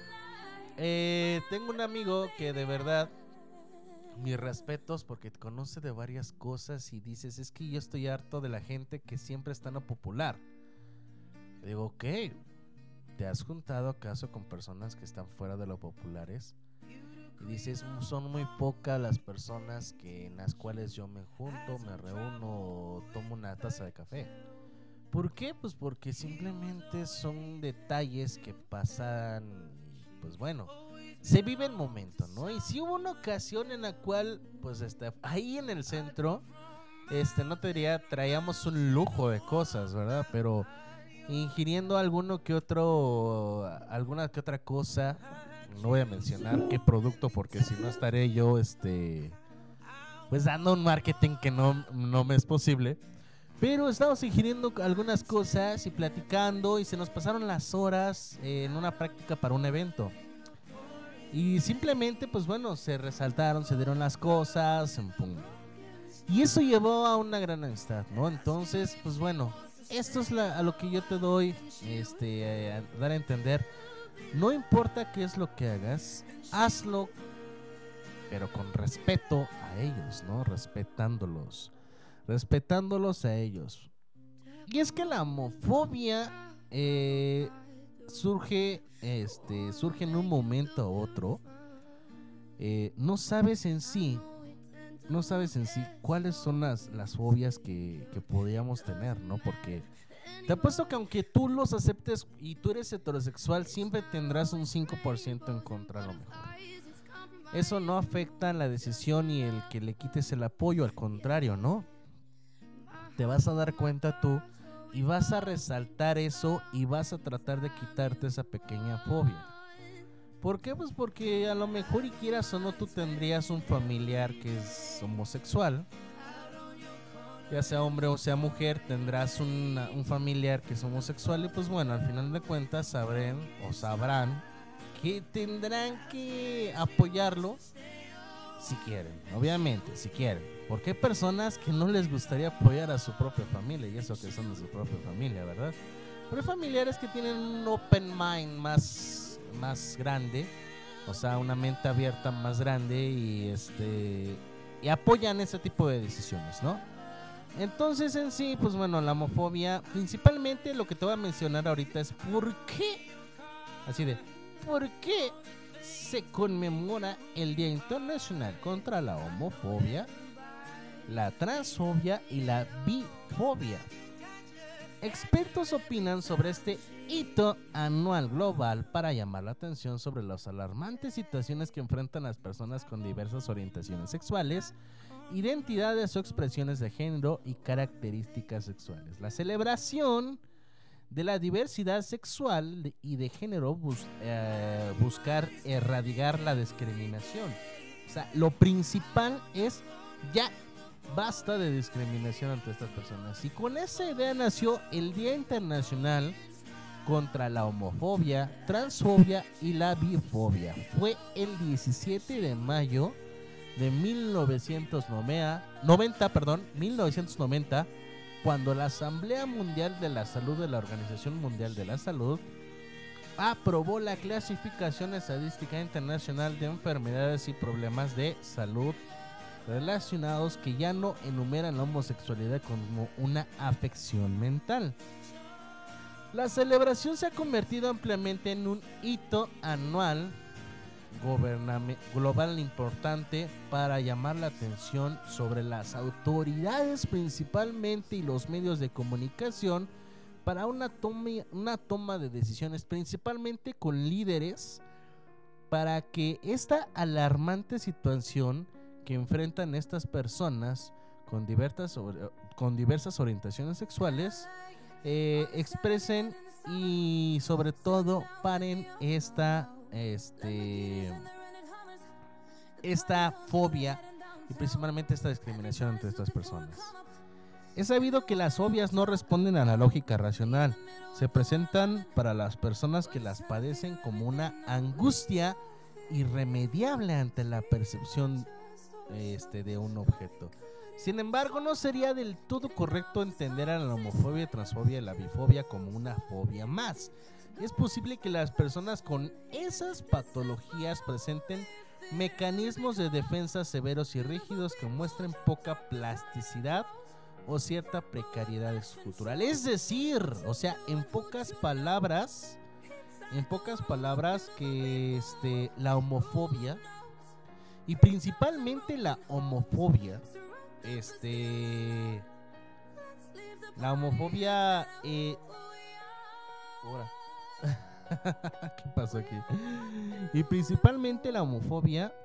Eh, tengo un amigo que de verdad, mis respetos, porque conoce de varias cosas y dices, es que yo estoy harto de la gente que siempre está en lo popular. Le digo, ok, ¿te has juntado acaso con personas que están fuera de lo populares? Y dices, son muy pocas las personas que en las cuales yo me junto, me reúno o tomo una taza de café. ¿Por qué? Pues porque simplemente son detalles que pasan y pues bueno, se vive el momento, ¿no? Y sí hubo una ocasión en la cual, pues este, ahí en el centro, este, no te diría, traíamos un lujo de cosas, ¿verdad? Pero ingiriendo alguno que otro, alguna que otra cosa, no voy a mencionar qué producto porque si no estaré yo, este, pues dando un marketing que no, no me es posible. Pero estábamos ingiriendo algunas cosas y platicando y se nos pasaron las horas eh, en una práctica para un evento. Y simplemente, pues bueno, se resaltaron, se dieron las cosas, pum. Y eso llevó a una gran amistad, ¿no? Entonces, pues bueno, esto es la, a lo que yo te doy, este, a dar a entender. No importa qué es lo que hagas, hazlo, pero con respeto a ellos, ¿no? Respetándolos, respetándolos a ellos. Y es que la homofobia eh, surge, este, surge en un momento u otro. Eh, no sabes en sí, no sabes en sí cuáles son las, las fobias que, que podríamos tener, ¿no? Porque te apuesto que aunque tú los aceptes y tú eres heterosexual, siempre tendrás un cinco por ciento en contra a lo mejor. Eso no afecta la decisión y el que le quites el apoyo, al contrario, ¿no? Te vas a dar cuenta tú y vas a resaltar eso y vas a tratar de quitarte esa pequeña fobia. ¿Por qué? Pues porque a lo mejor y quieras o no tú tendrías un familiar que es homosexual. Ya sea hombre o sea mujer, tendrás una, un familiar que es homosexual y pues bueno, al final de cuentas sabrán o sabrán que tendrán que apoyarlo si quieren, obviamente, si quieren. Porque hay personas que no les gustaría apoyar a su propia familia y eso que son de su propia familia, ¿verdad? Pero hay familiares que tienen un open mind más, más grande, o sea, una mente abierta más grande y este y apoyan ese tipo de decisiones, ¿no? Entonces en sí, pues bueno, la homofobia, principalmente lo que te voy a mencionar ahorita es por qué, así de, ¿por qué se conmemora el Día Internacional contra la Homofobia, la Transfobia y la Bifobia? Expertos opinan sobre este hito anual global para llamar la atención sobre las alarmantes situaciones que enfrentan las personas con diversas orientaciones sexuales, identidades o expresiones de género y características sexuales. La celebración de la diversidad sexual y de género bus, eh, buscar erradicar la discriminación. O sea, lo principal es ya basta de discriminación ante estas personas. Y con esa idea nació el Día Internacional contra la Homofobia, Transfobia y la Bifobia. Fue el diecisiete de mayo de mil novecientos noventa, perdón, mil novecientos noventa, cuando la Asamblea Mundial de la Salud de la Organización Mundial de la Salud aprobó la clasificación estadística internacional de enfermedades y problemas de salud relacionados que ya no enumeran la homosexualidad como una afección mental. La celebración se ha convertido ampliamente en un hito anual global importante para llamar la atención sobre las autoridades principalmente y los medios de comunicación para una toma, una toma de decisiones principalmente con líderes para que esta alarmante situación que enfrentan estas personas con diversas, con diversas orientaciones sexuales eh, expresen y sobre todo paren esta este esta fobia y principalmente esta discriminación entre estas personas. Es sabido que las fobias no responden a la lógica racional, se presentan para las personas que las padecen como una angustia irremediable ante la percepción este, de un objeto. Sin embargo, no sería del todo correcto entender a la homofobia, transfobia y la bifobia como una fobia más. Es posible que las personas con esas patologías presenten mecanismos de defensa severos y rígidos que muestren poca plasticidad o cierta precariedad estructural. Es decir, o sea, en pocas palabras, en pocas palabras que este, la homofobia y principalmente la homofobia, este, la homofobia, eh, ahora. ¿Qué pasó aquí? Y principalmente la homofobia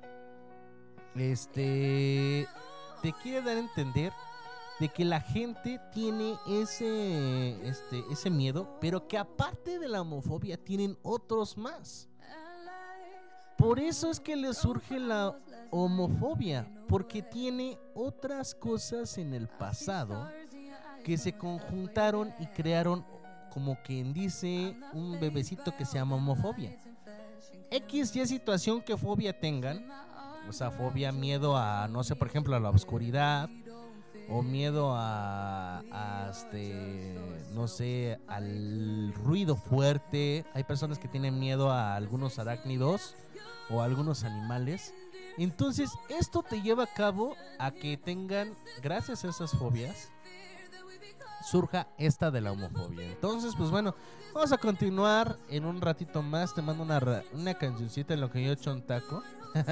este te quiere dar a entender de que la gente tiene ese este ese miedo, pero que aparte de la homofobia tienen otros más. Por eso es que le surge la homofobia, porque tiene otras cosas en el pasado que se conjuntaron y crearon, como quien dice, un bebecito que se llama homofobia. X y situación que fobia tengan, o sea, fobia, miedo a, no sé, por ejemplo, a la oscuridad, o miedo a, a este, no sé, al ruido fuerte. Hay personas que tienen miedo a algunos arácnidos o a algunos animales. Entonces, esto te lleva a cabo a que tengan, gracias a esas fobias, surja esta de la homofobia. Entonces, pues bueno, vamos a continuar en un ratito más. Te mando una, una cancioncita en lo que yo echo un taco.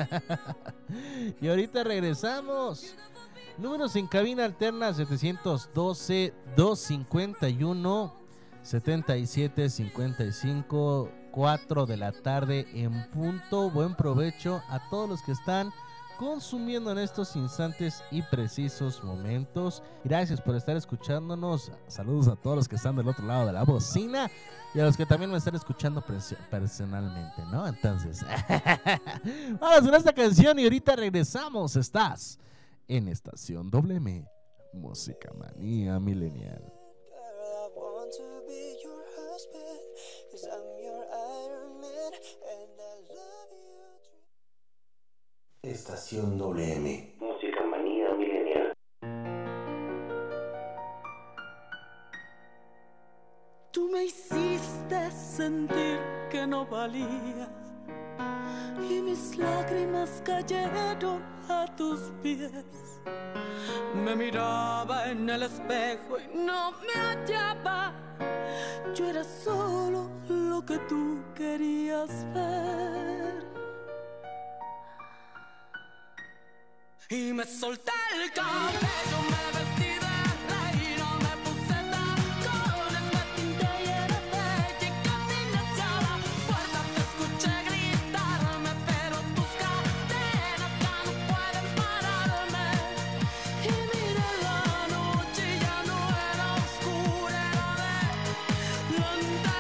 Y ahorita regresamos. Números en cabina alterna setecientos doce, doscientos cincuenta y uno, setenta y siete cincuenta y cinco, cuatro de la tarde en punto. Buen provecho a todos los que están consumiendo en estos instantes y precisos momentos. Gracias por estar escuchándonos. Saludos a todos los que están del otro lado de la bocina y a los que también me están escuchando personalmente, ¿no? Entonces, vamos con esta canción y ahorita regresamos. Estás en Estación W M, Música Manía Millennial. Estación W M, Música Manía Millennial. Tú me hiciste sentir que no valía y mis lágrimas cayeron a tus pies. Me miraba en el espejo y no me hallaba. Yo era solo lo que tú querías ver. Y me solté el cabello, me vestí de reina, me puse tacones, me pinté y era bella y caminé hacia la puerta. Te escuché gritarme, pero tus cadenas ya no pueden pararme. Y mira, la noche ya no era oscura, era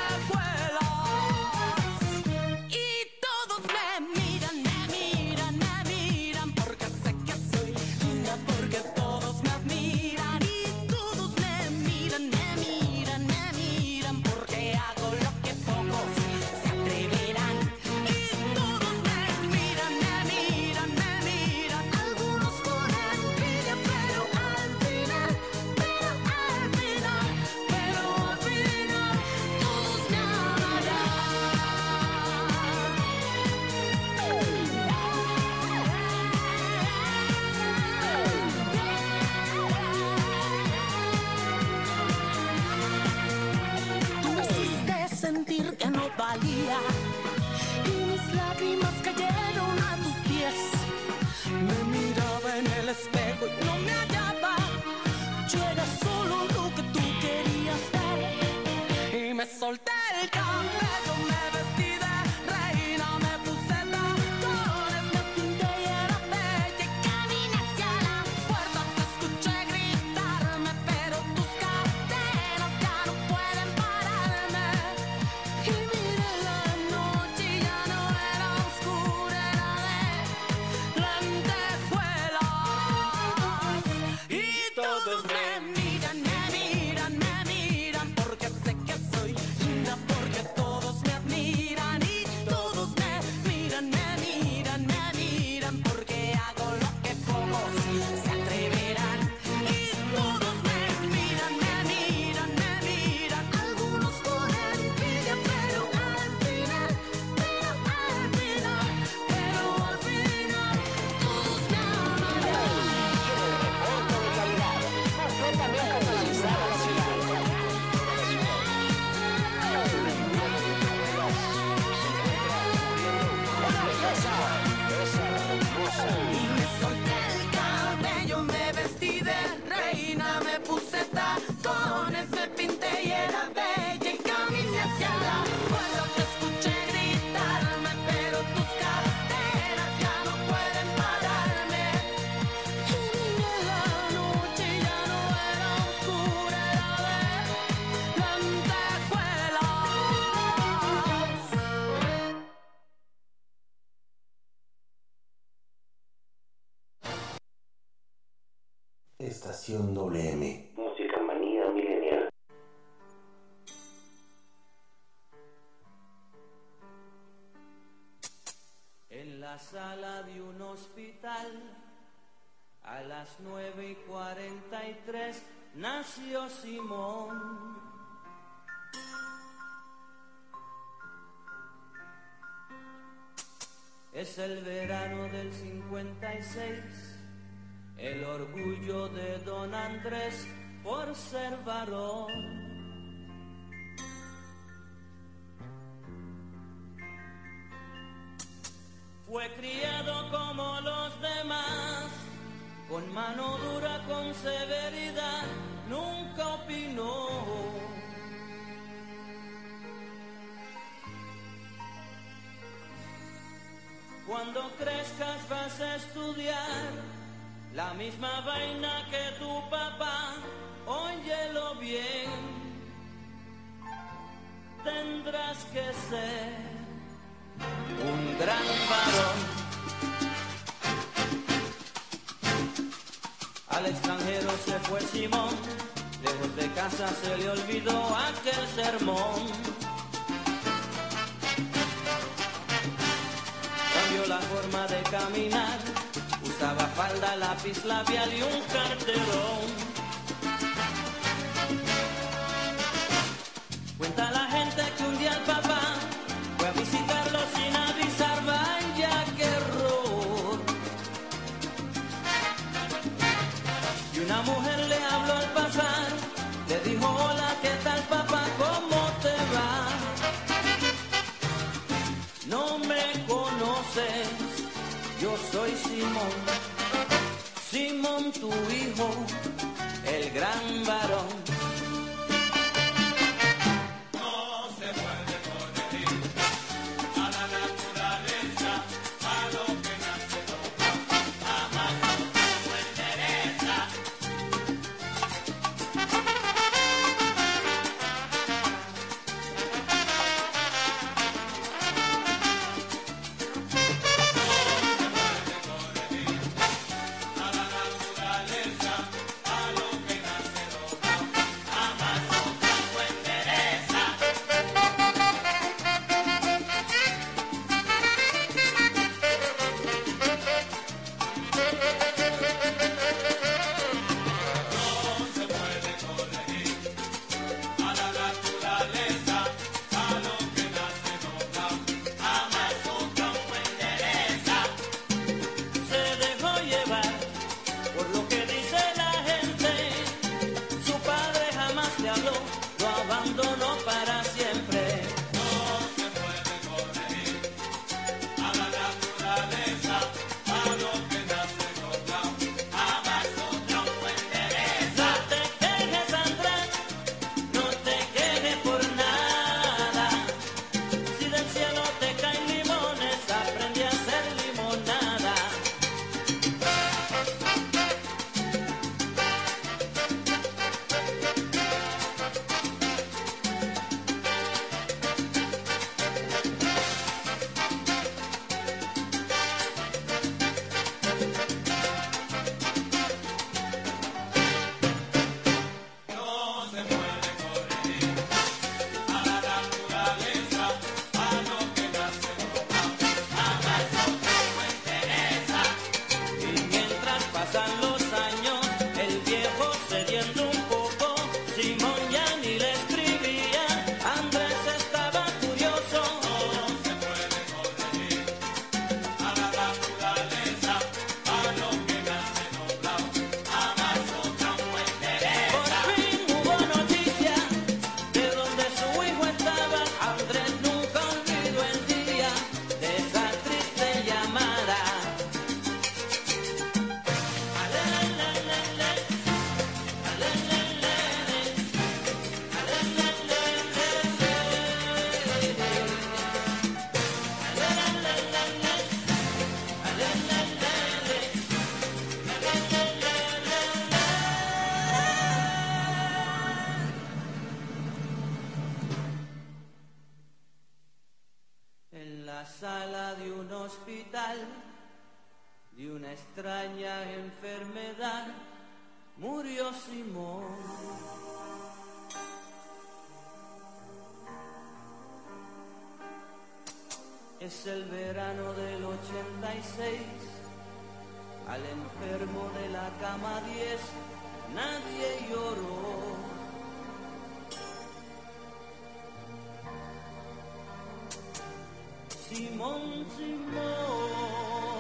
de lentejuelas. Y todos me miran, me miran, me miran, porque sé que soy linda, porque todos me admiran. Y todos me miran, me miran, me miran, porque hago lo que pocos se atreverán. Y todos me miran, me miran, me miran, algunos con envidia, pero al final, pero al final, pero al final, todos me amarán. Tú me hiciste sentir que no valía y mis lágrimas cayeron a tus pies. Me miraba en el espejo y no me hallaba. Yo era solo lo que tú querías ver. Y me solté el cabello, me vestí de reina, me puse tacones, me pinté y era bella y caminé hacia la puerta. Te escuché gritarme, pero tus cadenas ya no pueden pararme. Y mira, la noche ya no era oscura, era de lentejuelas. Y todos me miran, me miran, me miran, porque sé que soy linda, porque todos me admiran. Y todos me miran, me miran, me miran, porque hago lo que pocos se atreverán. Y todos me miran, me miran, me miran, algunos con envidia, pero al final, pero al final, pero al final, todos me amarán. Y me solté el cabello, me vestí de reina, me puse tacones, me pinté y era bella y caminé hacia la puerta. Te escuché gritarme, pero tus cadenas ya no pueden pararme. Y mira, la noche ya no era oscura, era de lentejuelas. Estación W M, Música Manía Millennial. la sala de un hospital, a las nueve y cuarenta y tres nació Simón. Es el verano del cincuenta y seis, el orgullo de don Andrés por ser varón. Fue criado como los demás, con mano dura, con severidad, nunca opinó. Cuando crezcas vas a estudiar la misma vaina que tu papá, óyelo bien, tendrás que ser un gran varón. Al extranjero se fue Simón, lejos de casa se le olvidó aquel sermón. Cambió la forma de caminar, usaba falda, lápiz labial y un carterón. Cuenta la gente que un día el papá fue a visitarlo sin avisar, vaya qué error. Y una mujer le habló al pasar, le dijo: hola, ¿qué tal papá? ¿Cómo te va? No me conoces, yo soy Simón, Simón tu hijo, el gran varón. Sala de un hospital, de una extraña enfermedad, murió Simón. Es el verano del ochenta y seis. Al enfermo de la cama diez nadie lloró. Simón, Simón.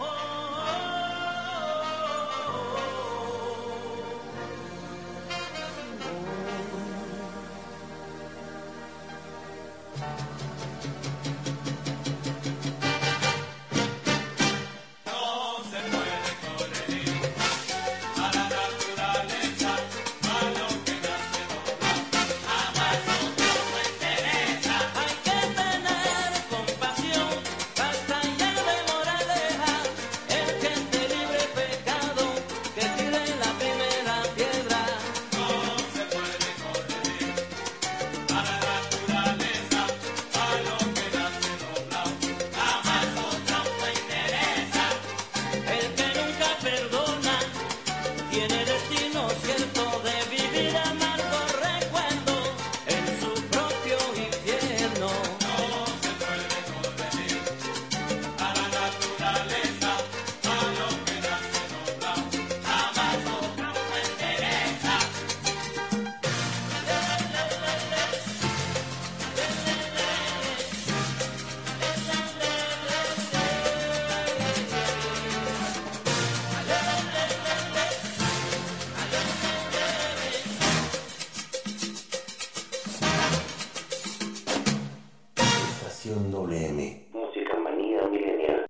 W M. Música manía milenial.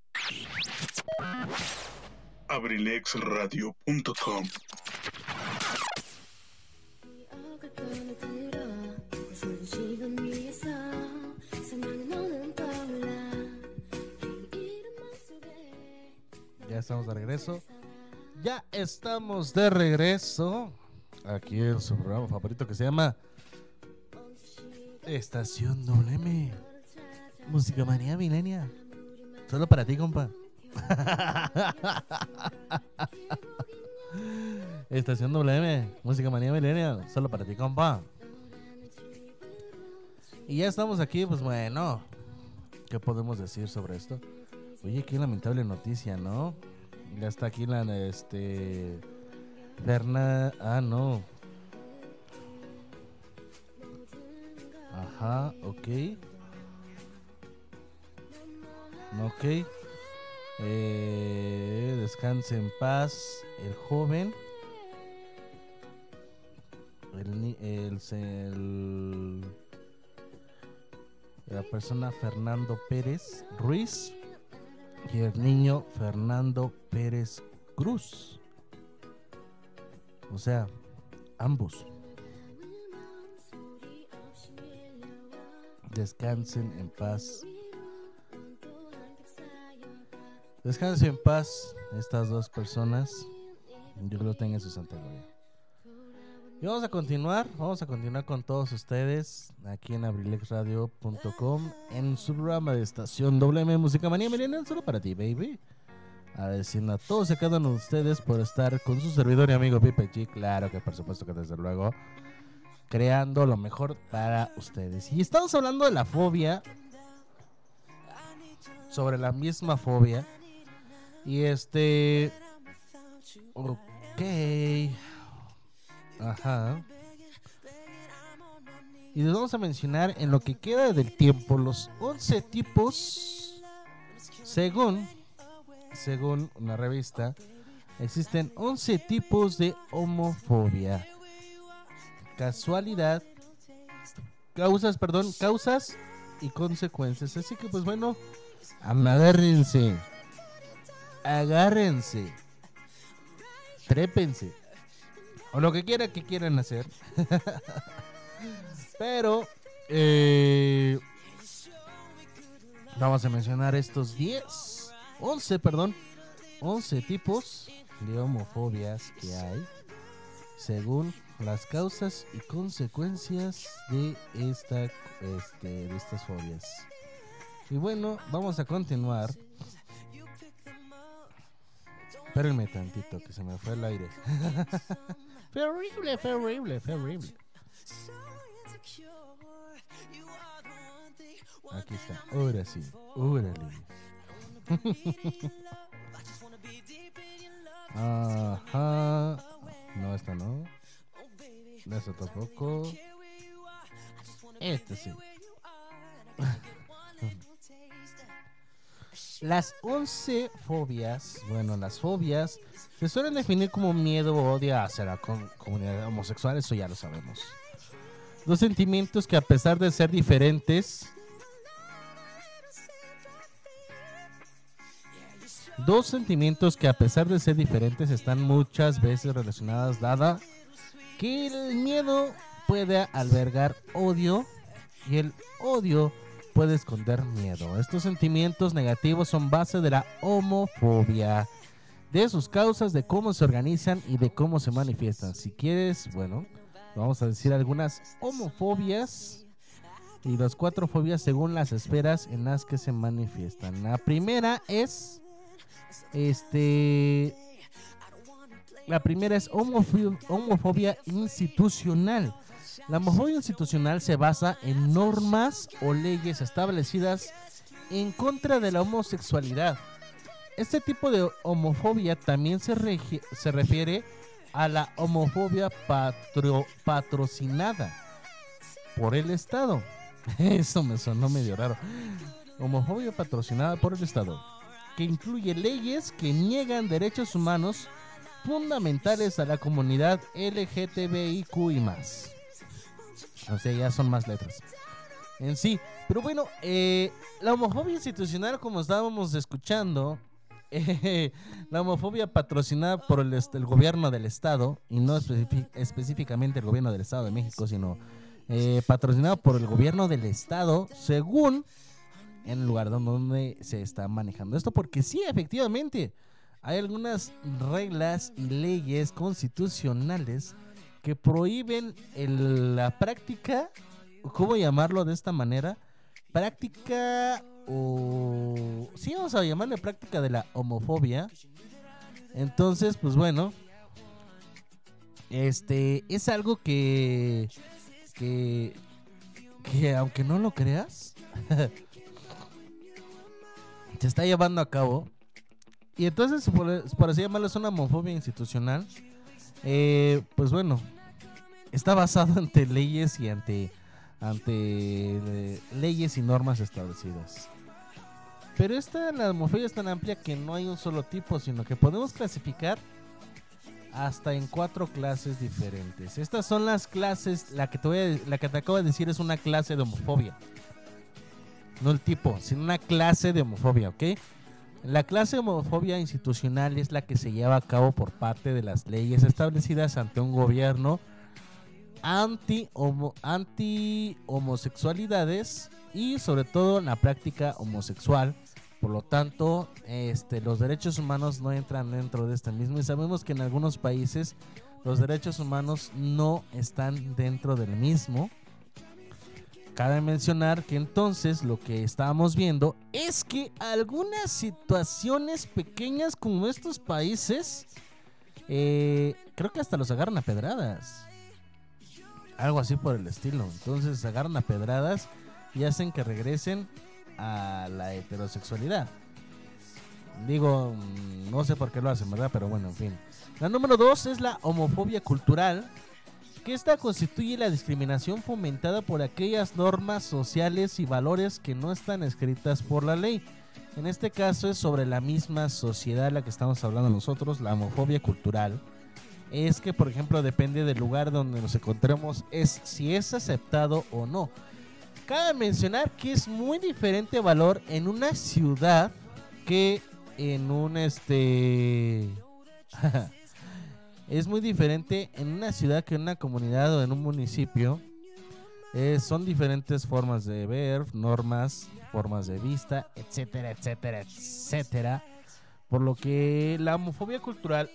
abrilex radio punto com. Ya estamos de regreso. Ya estamos de regreso. Aquí en su programa favorito que se llama Estación W M. Música manía milenial. Solo para ti, compa. Estación W M. Música manía milenial. Solo para ti, compa. Y ya estamos aquí, pues bueno. ¿Qué podemos decir sobre esto? Oye, qué lamentable noticia, ¿no? Ya está aquí la, este... Ferna... Ah, no. Ajá, ok. Ok. Eh, descanse en paz el joven. El, el, el, la persona Fernando Pérez Ruiz y el niño Fernando Pérez Cruz. O sea, ambos. Descansen en paz. Descansen en paz estas dos personas. Dios lo tenga en su santa gloria. Y vamos a continuar, vamos a continuar con todos ustedes aquí en abrilex radio punto com en su programa de Estación W M Música Manía Milenial, solo para ti, baby. Agradeciendo a todos y a cada uno de ustedes por estar con su servidor y amigo Pipe G. Claro que por supuesto que desde luego creando lo mejor para ustedes. Y estamos hablando de la fobia, sobre la misma fobia. Y este... Ok... Ajá. Y les vamos a mencionar en lo que queda del tiempo los once tipos, según, según una revista, existen once tipos de homofobia. Casualidad, causas, perdón, causas y consecuencias. Así que pues bueno, agárrense, agárrense, trépense. O lo que quiera que quieran hacer. Pero eh, vamos a mencionar estos diez, once, perdón, once tipos de homofobias que hay, según las causas y consecuencias de esta, este, de estas fobias. Y bueno, vamos a continuar. Espérenme tantito que se me fue el aire. Fue horrible, fue horrible, fue horrible. Aquí está. Ahora sí. Órale. Ajá. No, esta no. Esta tampoco. Este sí. Las once fobias, bueno, las fobias se suelen definir como miedo o odio hacia la com- comunidad homosexual, eso ya lo sabemos. Dos sentimientos que a pesar de ser diferentes, dos sentimientos que a pesar de ser diferentes están muchas veces relacionadas, dada que el miedo puede albergar odio y el odio puede esconder miedo. Estos sentimientos negativos son base de la homofobia, de sus causas, de cómo se organizan y de cómo se manifiestan. Si quieres, bueno, vamos a decir algunas homofobias y las cuatro fobias según las esferas en las que se manifiestan. La primera es este la primera es homofobia, homofobia institucional. La homofobia institucional se basa en normas o leyes establecidas en contra de la homosexualidad. Este tipo de homofobia también se, regi- se refiere a la homofobia patro- patrocinada por el Estado. Eso me sonó medio raro. Homofobia patrocinada por el Estado, que incluye leyes que niegan derechos humanos fundamentales a la comunidad L G T B I Q y más. O sea, ya son más letras en sí. Pero bueno, eh, la homofobia institucional, como estábamos escuchando, eh, la homofobia patrocinada por el, el gobierno del Estado, y no especi- específicamente el gobierno del Estado de México, sino eh, patrocinado por el gobierno del Estado, según en el lugar donde se está manejando esto. Porque sí, efectivamente, hay algunas reglas y leyes constitucionales que prohíben el, la práctica, ¿cómo llamarlo de esta manera? Práctica o... sí, vamos a llamarle práctica de la homofobia. Entonces, pues bueno, este es algo que... que... que aunque no lo creas, se está llevando a cabo. Y entonces, por, por así llamarlo, es una homofobia institucional. Eh, pues bueno, está basado ante leyes y ante ante eh, leyes y normas establecidas. Pero esta la homofobia es tan amplia que no hay un solo tipo, sino que podemos clasificar hasta en cuatro clases diferentes. Estas son las clases. La que te voy a, la que te acabo de decir es una clase de homofobia, no el tipo, sino una clase de homofobia, ¿ok? La clase de homofobia institucional es la que se lleva a cabo por parte de las leyes establecidas ante un gobierno anti, homo, anti homosexualidades y sobre todo la práctica homosexual. Por lo tanto, este, los derechos humanos no entran dentro de este mismo, y sabemos que en algunos países los derechos humanos no están dentro del mismo. Cabe mencionar que entonces lo que estábamos viendo es que algunas situaciones pequeñas como estos países, eh, creo que hasta los agarran a pedradas. Algo así por el estilo. Entonces se agarran a pedradas y hacen que regresen a la heterosexualidad. Digo, no sé por qué lo hacen, ¿verdad? Pero bueno, en fin. La número dos es la homofobia cultural, que esta constituye la discriminación fomentada por aquellas normas sociales y valores que no están escritas por la ley. En este caso es sobre la misma sociedad la que estamos hablando nosotros. La homofobia cultural es que, por ejemplo, depende del lugar donde nos encontremos, es si es aceptado o no. Cabe mencionar que es muy diferente valor en una ciudad que en un este... es muy diferente en una ciudad que en una comunidad o en un municipio. Eh, son diferentes formas de ver, normas, formas de vista, etcétera, etcétera, etcétera. Por lo que la homofobia cultural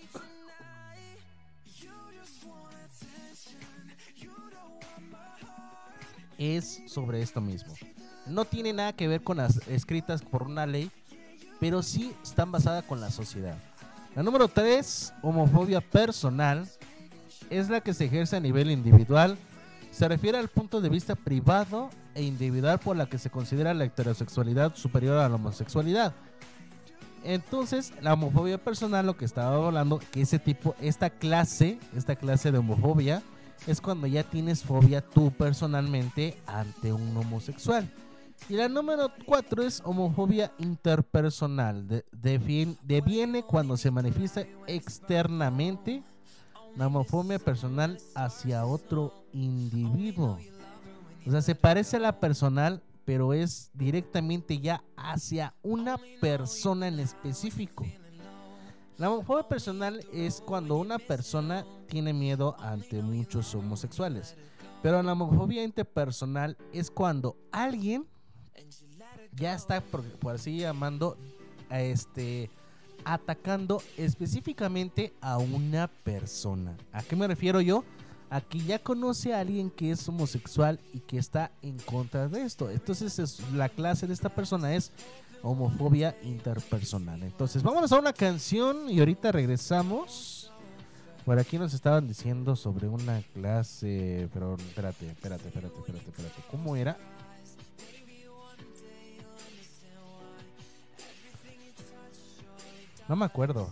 es sobre esto mismo. No tiene nada que ver con las escritas por una ley, pero sí están basadas con la sociedad. La número tres, homofobia personal, es la que se ejerce a nivel individual, Se refiere al punto de vista privado e individual por la que se considera la heterosexualidad superior a la homosexualidad. Entonces, la homofobia personal, lo que estaba hablando, que ese tipo, esta clase, esta clase de homofobia, es cuando ya tienes fobia tú personalmente ante un homosexual. Y la número cuatro es homofobia interpersonal. De, de, deviene cuando se manifiesta externamente la homofobia personal hacia otro individuo. O sea, se parece a la personal, pero es directamente ya hacia una persona en específico. La homofobia personal es cuando una persona tiene miedo ante muchos homosexuales. Pero la homofobia interpersonal es cuando alguien ya está, por, por así llamando, a este, atacando específicamente a una persona. ¿A qué me refiero yo? A que ya conoce a alguien que es homosexual y que está en contra de esto. Entonces es, la clase de esta persona es homofobia interpersonal. Entonces vámonos a una canción y ahorita regresamos. Por aquí nos estaban diciendo sobre una clase, pero espérate, espérate, espérate, espérate, espérate. ¿Cómo era? No me acuerdo.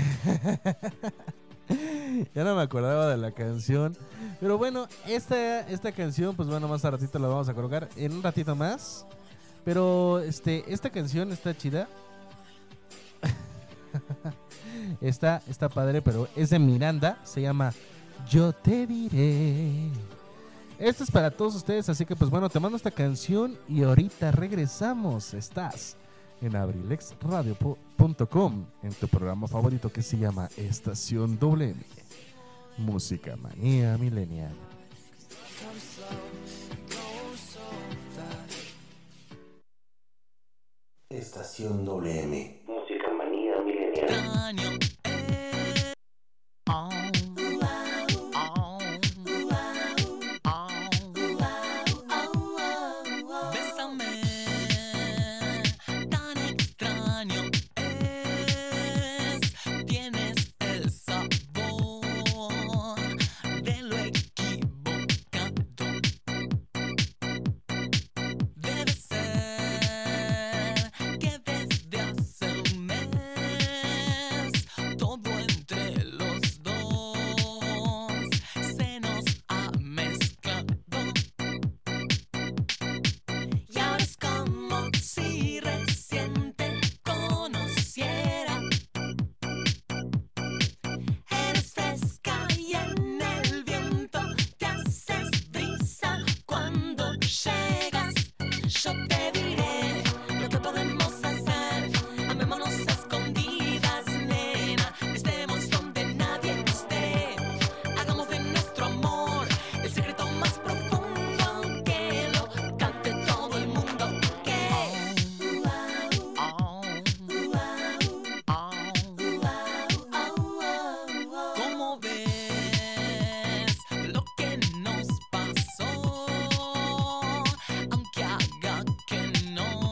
Ya no me acordaba de la canción. Pero bueno, esta, esta canción, pues bueno, más a ratito la vamos a colocar. En un ratito más. Pero este, esta canción está chida. Está, está padre, pero es de Miranda. Se llama Yo te diré. Esto es para todos ustedes, así que pues bueno, te mando esta canción y ahorita regresamos. Estás en abrilex radio punto com, en tu programa favorito que se llama Estación W M, Música Manía Millennial. Estación W M, Música Manía Millennial. No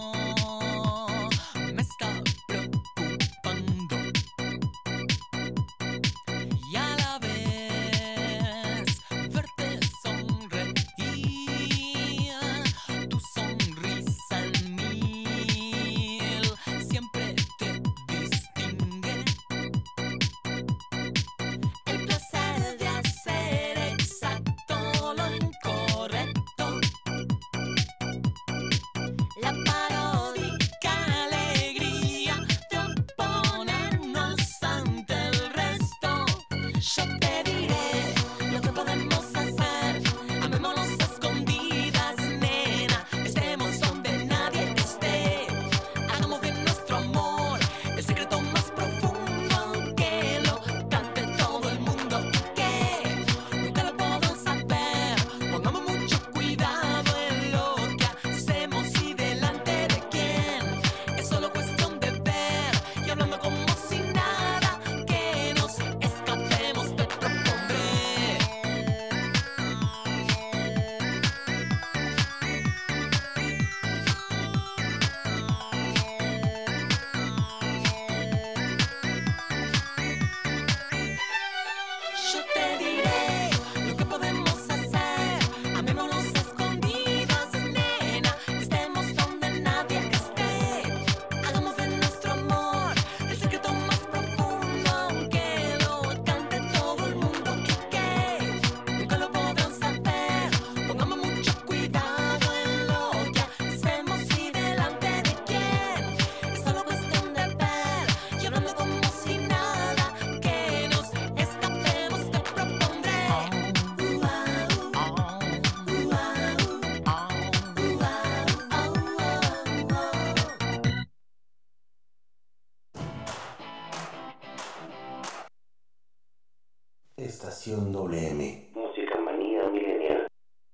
Estación W M. Música manía milenial.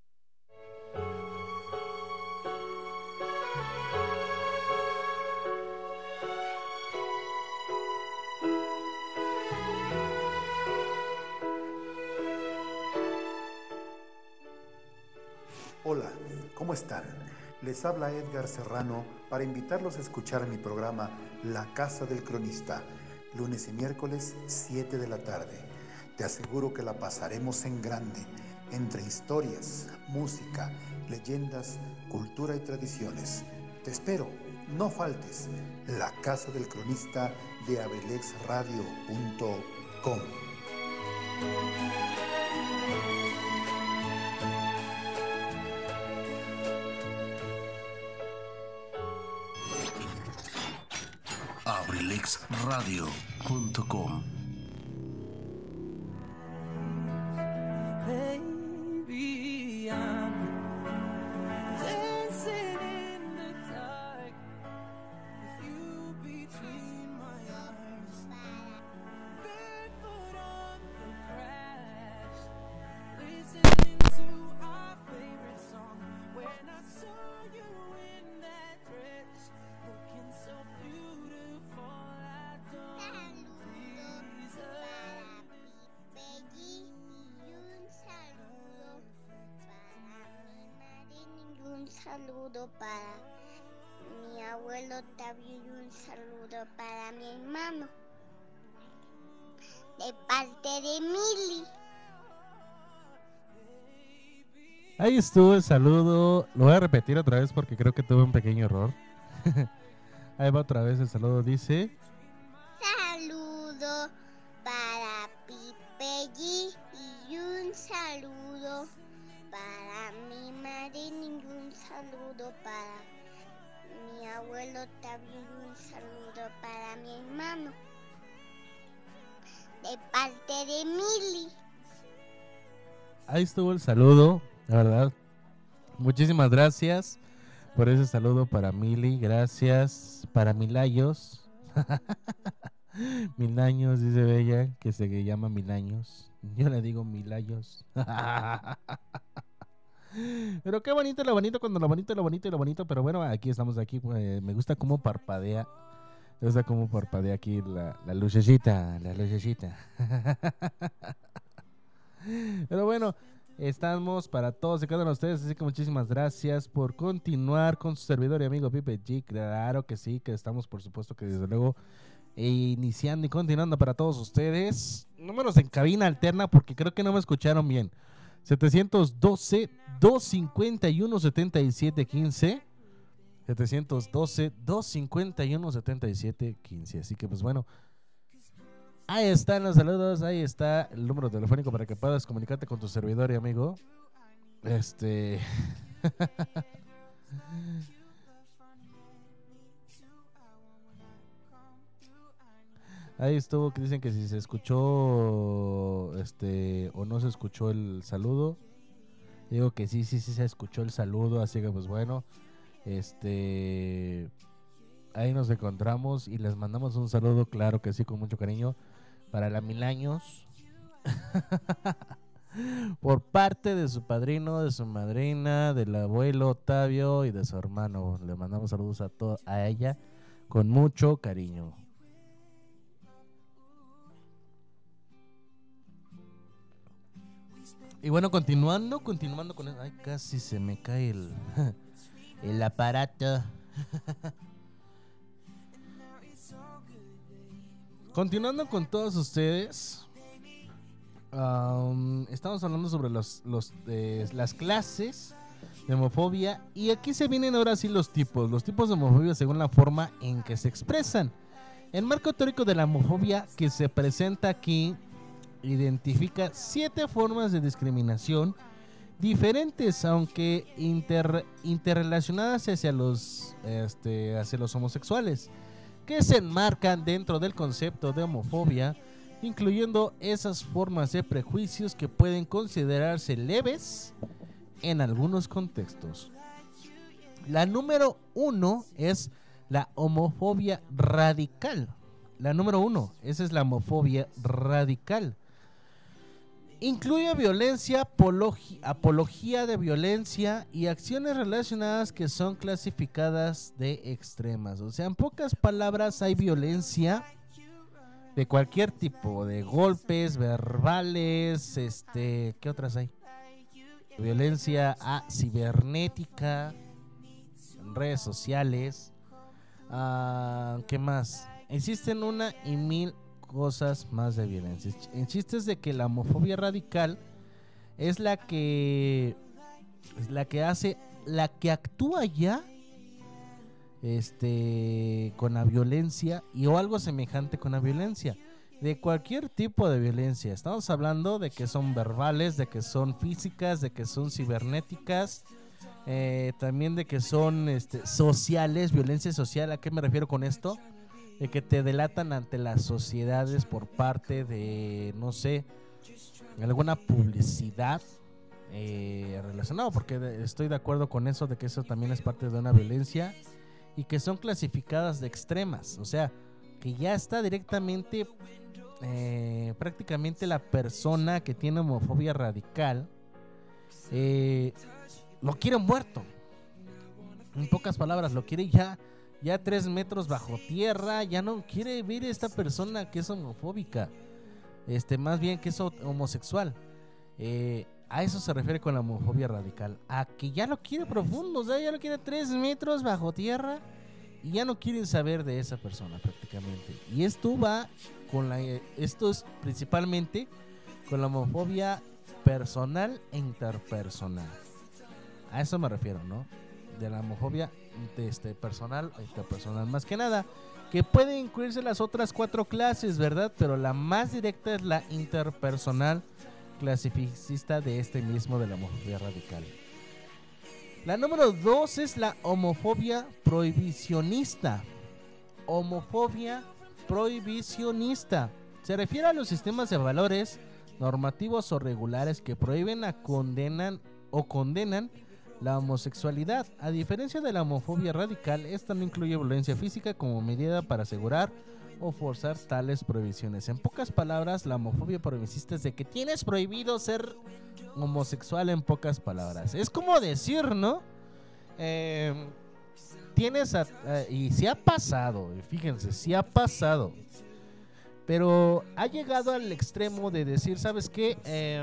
Hola, ¿cómo están? Les habla Edgar Serrano para invitarlos a escuchar mi programa La Casa del Cronista, lunes y miércoles, siete de la tarde. Te aseguro que la pasaremos en grande, entre historias, música, leyendas, cultura y tradiciones. Te espero, no faltes. La Casa del Cronista de abeleix radio punto com. abeleix radio punto com. Baby, I'm dancing in the dark with you between my arms, barefoot on the grass, listening to our favorite song. When I saw you in that dress, looking so beautiful, I don't please Peggy, y un saludo para mi madre y un saludo para mi abuelo Octavio y un saludo para mi hermano de parte de Mili. Ahí estuvo el saludo. Lo voy a repetir otra vez porque creo que tuve un pequeño error. Ahí va otra vez el saludo. Dice: Saludo para Peggy y un saludo para mi madre y un saludo para mi abuelo Octavio y un saludo para mi hermano de parte de Mili. Ahí estuvo el saludo, la verdad. Muchísimas gracias por ese saludo para Mili. Gracias para Milayos. Mil años, dice Bella, que se llama Mil años. Yo le digo Milayos. Pero qué bonito lo bonito cuando lo bonito, lo bonito y lo bonito. Pero bueno, aquí estamos aquí. Pues, me gusta cómo parpadea. Me gusta cómo parpadea aquí la, la lucecita. La lucecita. Pero bueno, estamos para todos y cada uno de ustedes. Así que muchísimas gracias por continuar con su servidor y amigo Pipe G. Claro que sí, que estamos por supuesto que desde luego e iniciando y continuando para todos ustedes. Números en cabina alterna porque creo que no me escucharon bien. setecientos doce, doscientos cincuenta y uno, setenta y siete quince. setecientos doce, doscientos cincuenta y uno, setenta y siete quince. Así que pues bueno, ahí están los saludos. Ahí está el número telefónico para que puedas comunicarte con tu servidor y amigo. Este... Ahí estuvo que dicen que si se escuchó este o no se escuchó el saludo. Digo que sí, sí, sí se escuchó el saludo, así que pues bueno, este ahí nos encontramos y les mandamos un saludo, claro que sí, con mucho cariño para la Mil años. Por parte de su padrino, de su madrina, del abuelo Octavio y de su hermano. Le mandamos saludos a to- a ella con mucho cariño. Y bueno, continuando, continuando con el... Ay, casi se me cae el, el aparato. Continuando con todos ustedes, um, estamos hablando sobre los, los, eh, las clases de homofobia. Y aquí se vienen ahora sí los tipos. Los tipos de homofobia según la forma en que se expresan. El marco teórico de la homofobia que se presenta aquí identifica siete formas de discriminación diferentes, aunque inter, interrelacionadas hacia los, este, hacia los homosexuales, que se enmarcan dentro del concepto de homofobia, incluyendo esas formas de prejuicios que pueden considerarse leves en algunos contextos. La número uno es la homofobia radical. La número uno, esa es la homofobia radical. incluye violencia, apologi- apología de violencia y acciones relacionadas que son clasificadas de extremas. O sea, en pocas palabras, hay violencia de cualquier tipo, de golpes, verbales, este, ¿qué otras hay? Violencia ah, cibernética, en redes sociales, ah, ¿qué más? Existen una y mil cosas más de violencia. El chiste es de que la homofobia radical es la que es la que hace, la que actúa ya este con la violencia y o algo semejante con la violencia, de cualquier tipo de violencia. Estamos hablando de que son verbales, de que son físicas, de que son cibernéticas, eh, también de que son este, sociales, violencia social. ¿A qué me refiero con esto? De que te delatan ante las sociedades por parte de, no sé, alguna publicidad eh, relacionada, porque de, estoy de acuerdo con eso, de que eso también es parte de una violencia y que son clasificadas de extremas. O sea, que ya está directamente eh, prácticamente la persona que tiene homofobia radical eh, lo quiere muerto. En pocas palabras, lo quiere ya ya tres metros bajo tierra. Ya no quiere ver a esta persona que es homofóbica, este más bien que es homosexual. eh, a eso se refiere con la homofobia radical, a que ya lo quiere profundo. O sea, ya lo quiere tres metros bajo tierra y ya no quieren saber de esa persona prácticamente. Y esto va con la esto es principalmente con la homofobia personal e interpersonal. A eso me refiero, ¿no? De la homofobia de este, personal o interpersonal. Más que nada, que pueden incluirse las otras cuatro clases, ¿verdad? Pero la más directa es la interpersonal, clasificista de este mismo, de la homofobia radical. La número dos es la homofobia prohibicionista. Homofobia prohibicionista se refiere a los sistemas de valores normativos o regulares que prohíben a condenan o condenan la homosexualidad. A diferencia de la homofobia radical, esta no incluye violencia física como medida para asegurar o forzar tales prohibiciones. En pocas palabras, la homofobia prohibicionista es de que tienes prohibido ser homosexual. En pocas palabras, es como decir, ¿no? Eh, tienes a, a, y si ha pasado, fíjense, si ha pasado, pero ha llegado al extremo de decir, ¿sabes qué? Eh,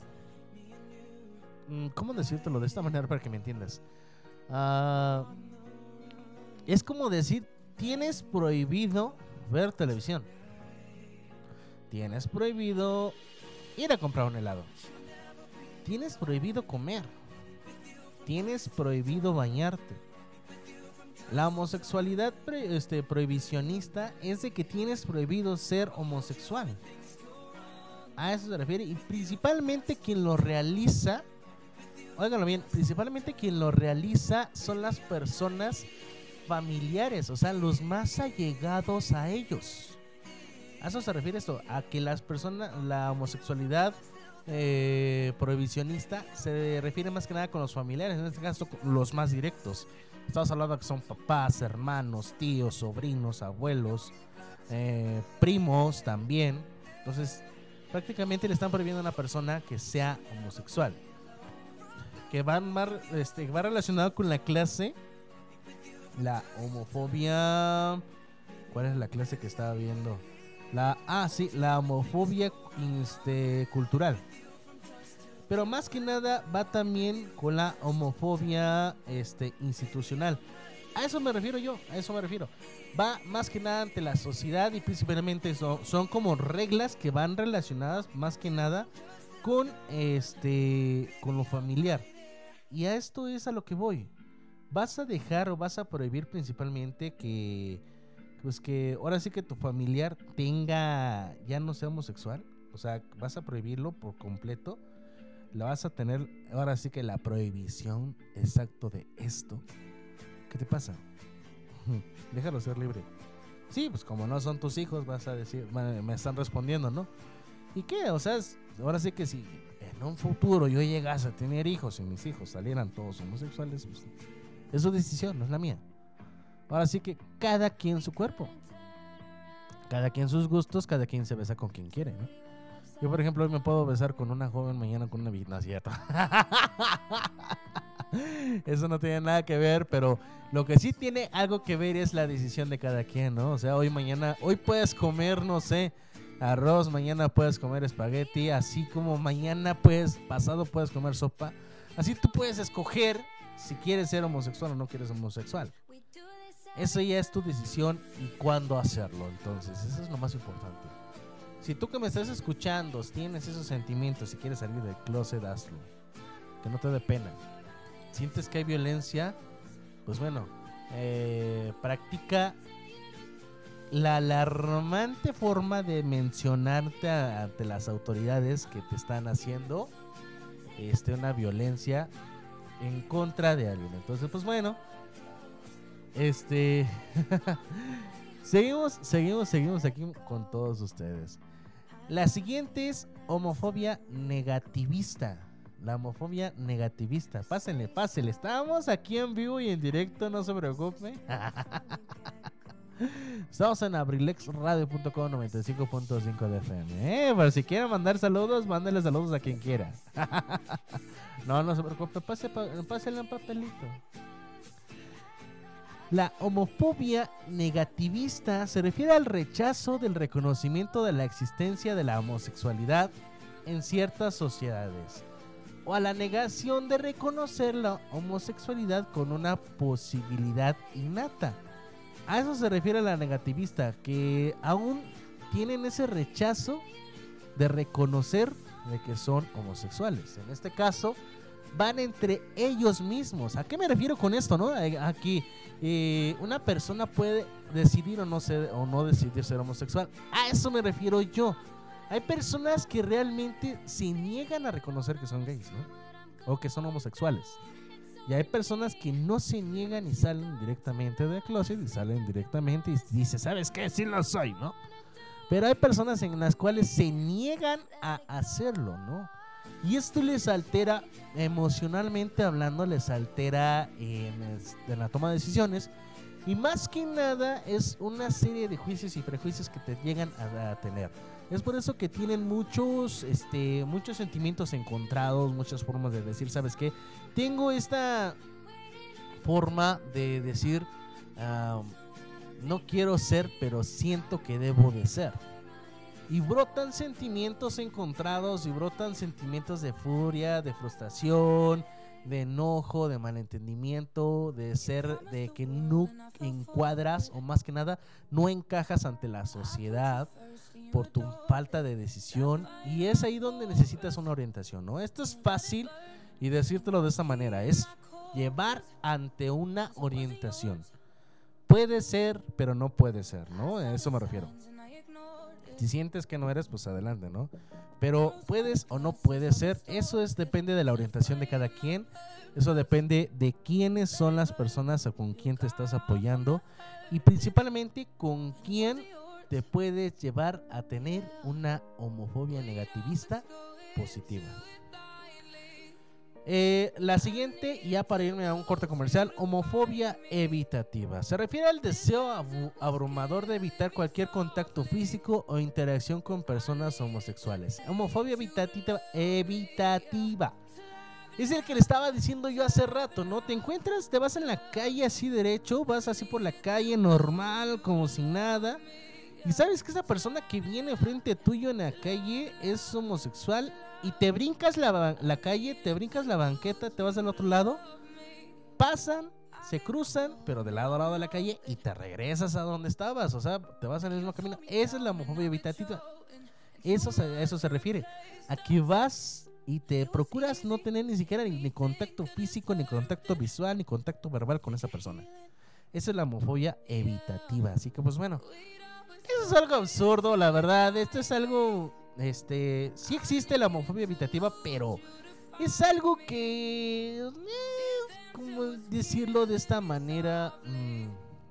¿Cómo decírtelo de esta manera para que me entiendas? Uh, es como decir, tienes prohibido ver televisión, tienes prohibido ir a comprar un helado, tienes prohibido comer, tienes prohibido bañarte. La homosexualidad pre, este, prohibicionista es de que tienes prohibido ser homosexual. A eso se refiere, y principalmente quien lo realiza, óiganlo bien, principalmente quien lo realiza son las personas familiares, o sea, los más allegados a ellos. A eso se refiere esto, a que las personas, la homosexualidad eh, prohibicionista se refiere más que nada con los familiares, en este caso los más directos. Estamos hablando de que son papás, hermanos, tíos, sobrinos, abuelos, eh, primos también. Entonces, prácticamente le están prohibiendo a una persona que sea homosexual, que va, más, este, va relacionado con la clase, la homofobia. ¿Cuál es la clase que estaba viendo? La, ah, sí, la homofobia este, cultural. Pero más que nada va también con la homofobia este, institucional. A eso me refiero yo, a eso me refiero. Va más que nada ante la sociedad y principalmente son, son como reglas que van relacionadas más que nada con, este, con lo familiar. Y a esto es a lo que voy. Vas a dejar o vas a prohibir principalmente que, pues que ahora sí que tu familiar tenga, ya no sea homosexual. O sea, vas a prohibirlo por completo. La vas a tener, ahora sí que la prohibición exacto de esto. ¿Qué te pasa? Déjalo ser libre. Sí, pues como no son tus hijos, vas a decir, me están respondiendo, ¿no? ¿Y qué? O sea, ahora sí que si en un futuro yo llegase a tener hijos y mis hijos salieran todos homosexuales, pues es su decisión, no es la mía. Ahora sí que cada quien su cuerpo, cada quien sus gustos, cada quien se besa con quien quiere, ¿no? Yo, por ejemplo, hoy me puedo besar con una joven, mañana con una viejita. No es cierto. Eso no tiene nada que ver, pero lo que sí tiene algo que ver es la decisión de cada quien, ¿no? O sea, hoy, mañana, hoy puedes comer, no sé, arroz, mañana puedes comer espagueti, así como mañana puedes, pasado puedes comer sopa. Así tú puedes escoger si quieres ser homosexual o no quieres ser homosexual. Eso ya es tu decisión y cuándo hacerlo. Entonces, eso es lo más importante. Si tú que me estás escuchando tienes esos sentimientos y quieres salir del closet, hazlo. Que no te dé pena. Sientes que hay violencia, pues bueno, eh, practica la alarmante forma de mencionarte a, ante las autoridades que te están haciendo este, una violencia en contra de alguien. Entonces, pues bueno, este seguimos, seguimos, seguimos aquí con todos ustedes. La siguiente es homofobia negativista. La homofobia negativista. Pásenle, pásenle. Estamos aquí en vivo y en directo, no se preocupe. Estamos en abrilex radio punto com noventa y cinco punto cinco de F M. Eh, pero si quieren mandar saludos, mándenle saludos a quien quiera. No, no se preocupe. Pase, pásenle un papelito. La homofobia negativista se refiere al rechazo del reconocimiento de la existencia de la homosexualidad en ciertas sociedades, o a la negación de reconocer la homosexualidad con una posibilidad innata. A eso se refiere la negativista, que aún tienen ese rechazo de reconocer de que son homosexuales. En este caso, van entre ellos mismos. ¿A qué me refiero con esto, no? Aquí eh, una persona puede decidir o no ser, o no decidir ser homosexual. A eso me refiero yo. Hay personas que realmente se niegan a reconocer que son gays, ¿no? O que son homosexuales. Y hay personas que no se niegan y salen directamente del closet y salen directamente y dicen, ¿sabes qué? Sí lo soy, ¿no? Pero hay personas en las cuales se niegan a hacerlo, ¿no? Y esto les altera, emocionalmente hablando, les altera en, el, en la toma de decisiones. Y más que nada es una serie de juicios y prejuicios que te llegan a, a tener. Es por eso que tienen muchos, este, muchos sentimientos encontrados, muchas formas de decir, ¿sabes qué? Tengo esta forma de decir, uh, no quiero ser, pero siento que debo de ser. Y brotan sentimientos encontrados y brotan sentimientos de furia, de frustración, de enojo, de malentendimiento, de ser, de que no encuadras o más que nada no encajas ante la sociedad por tu falta de decisión, y es ahí donde necesitas una orientación, ¿no? Esto es fácil y decírtelo de esta manera, es llevar ante una orientación. Puede ser, pero no puede ser, ¿no? A eso me refiero. Si sientes que no eres, pues adelante, ¿no? Pero puedes o no puedes ser, eso es, depende de la orientación de cada quien. Eso depende de quiénes son las personas o con quién te estás apoyando, y principalmente con quién te puedes llevar a tener una homofobia negativista positiva. Eh, la siguiente, ya para irme a un corte comercial, homofobia evitativa. Se refiere al deseo ab- abrumador de evitar cualquier contacto físico o interacción con personas homosexuales. Homofobia evitativa, evitativa. Es el que le estaba diciendo yo hace rato, ¿no? Te encuentras, te vas en la calle así derecho, vas así por la calle normal, como si nada, y sabes que esa persona que viene frente tuyo en la calle es homosexual, y te brincas la, la calle, te brincas la banqueta, te vas al otro lado, pasan, se cruzan, pero del lado a lado de la calle, y te regresas a donde estabas, o sea, te vas en el mismo camino. Esa es la homofobia evitativa. Eso se, a eso se refiere, a que vas y te procuras no tener ni siquiera ni, ni contacto físico, ni contacto visual, ni contacto verbal con esa persona. Esa es la homofobia evitativa. Así que pues bueno, eso es algo absurdo, la verdad. Esto es algo, este, sí existe la homofobia evitativa, pero es algo que, eh, ¿cómo decirlo de esta manera? Mm,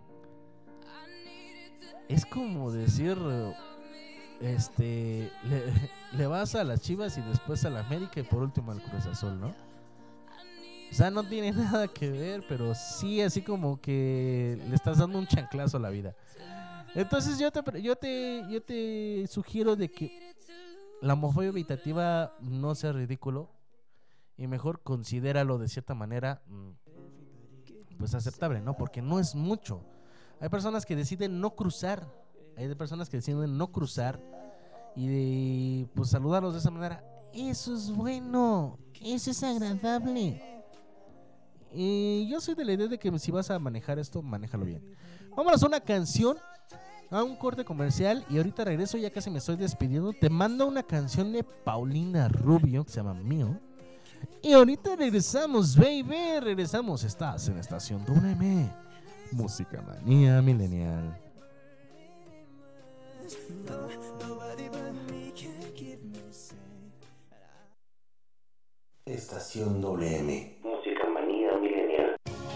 es como decir, este, le, le vas a las Chivas y después a la América y por último al Cruz Azul, ¿no? O sea, no tiene nada que ver, pero sí así como que le estás dando un chanclazo a la vida. Entonces yo te yo te yo te sugiero de que la homofobia evitativa no sea ridículo y mejor considéralo de cierta manera pues aceptable, ¿no? Porque no es mucho. Hay personas que deciden no cruzar, hay personas que deciden no cruzar y pues saludarlos de esa manera. Eso es bueno, eso es agradable. Y yo soy de la idea de que si vas a manejar esto, manéjalo bien. Vámonos a una canción, a un corte comercial y ahorita regreso, ya casi me estoy despidiendo. Te mando una canción de Paulina Rubio que se llama Mío. Y ahorita regresamos, baby, regresamos. Estás en Estación W M, Música Manía Millennial. Estación W M, Música Manía Millennial.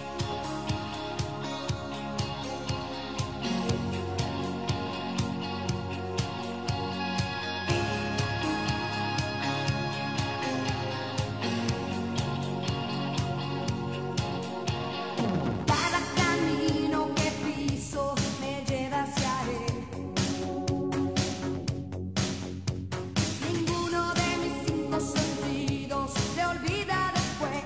Cada camino que piso me lleva hacia él. Ninguno de mis cinco sentidos se olvida después.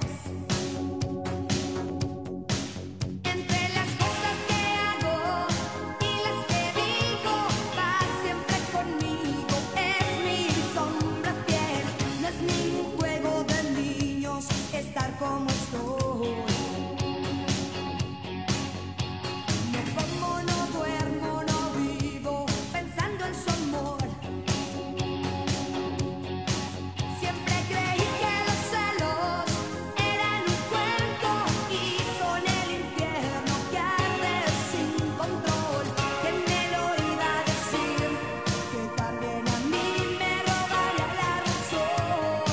Entre las cosas que hago y las que digo, va siempre conmigo. Es mi sombra fiel, no es ningún juego de niños estar como estoy. No como, no duermo, no vivo pensando en su amor. Siempre creí que los celos eran un cuento y son el infierno que arde sin control. ¿Quién me lo iba a decir? Que también a mí me robaría la razón.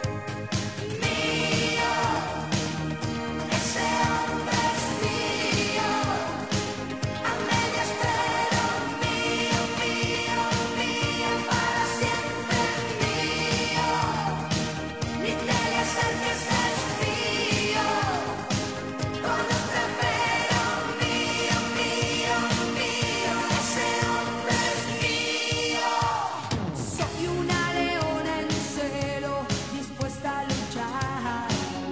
Mío, ese hombre es mío. A medias pero mío, mío, mío, para siempre mío. Ni te le acerques, es mío. Con otra pero mío, mío, mío, ese hombre es mío. Soy una leona en celo, dispuesta a luchar.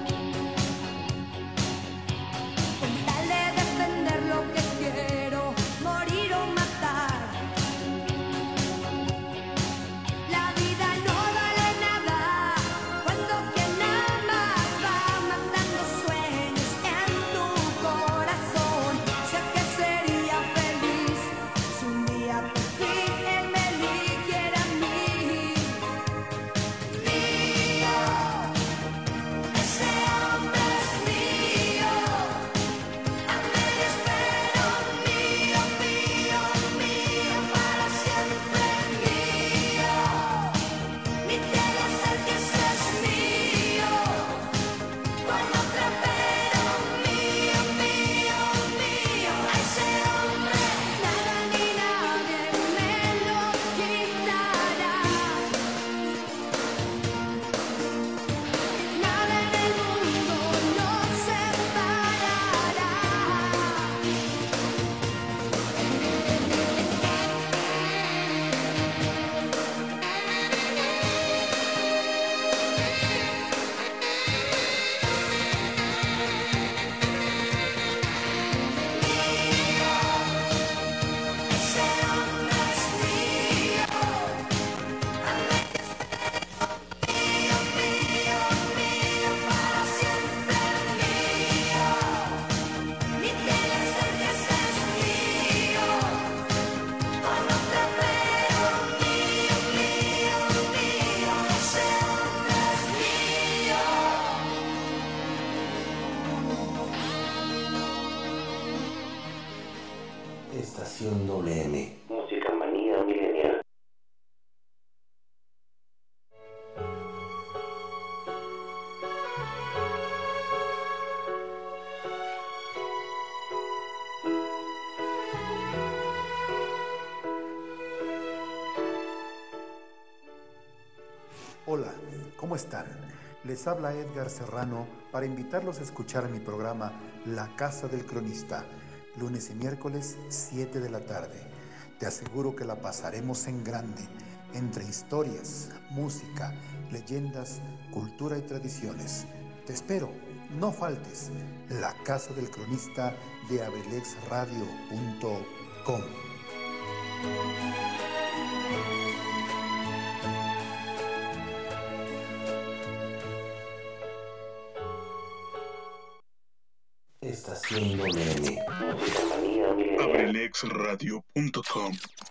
Con tal de defender lo que quiero, morir o matar. La vida no vale nada cuando quien amas va matando sueños en tu corazón. Sé que sería feliz si un día por fin él me eligiera a mí. Mío, ese hombre es mío. A medias pero mío, mío, mío, para siempre mío. Ni te le acerques, es mío. Con otra pero mío, mío, mío, ese hombre nada ni nadie me lo quitará. Nada en el mundo nos separará. Ese hombre es mío. A medias mío, mío, mío, para siempre mío. Ni te le acerques, es mío. Con otra pero mío, mío, mío, ese hombre es mío. Estación W M, Música Manía Millennial. Hola, ¿cómo están? Les habla Edgar Serrano para invitarlos a escuchar mi programa La Casa del Cronista, lunes y miércoles, siete de la tarde. Te aseguro que la pasaremos en grande. entre historias, música, leyendas, cultura y tradiciones. Te espero, no faltes. La Casa del Cronista de abrilex radio punto com. Estación doble eme. Musicamanía milenial. abrilex radio punto com.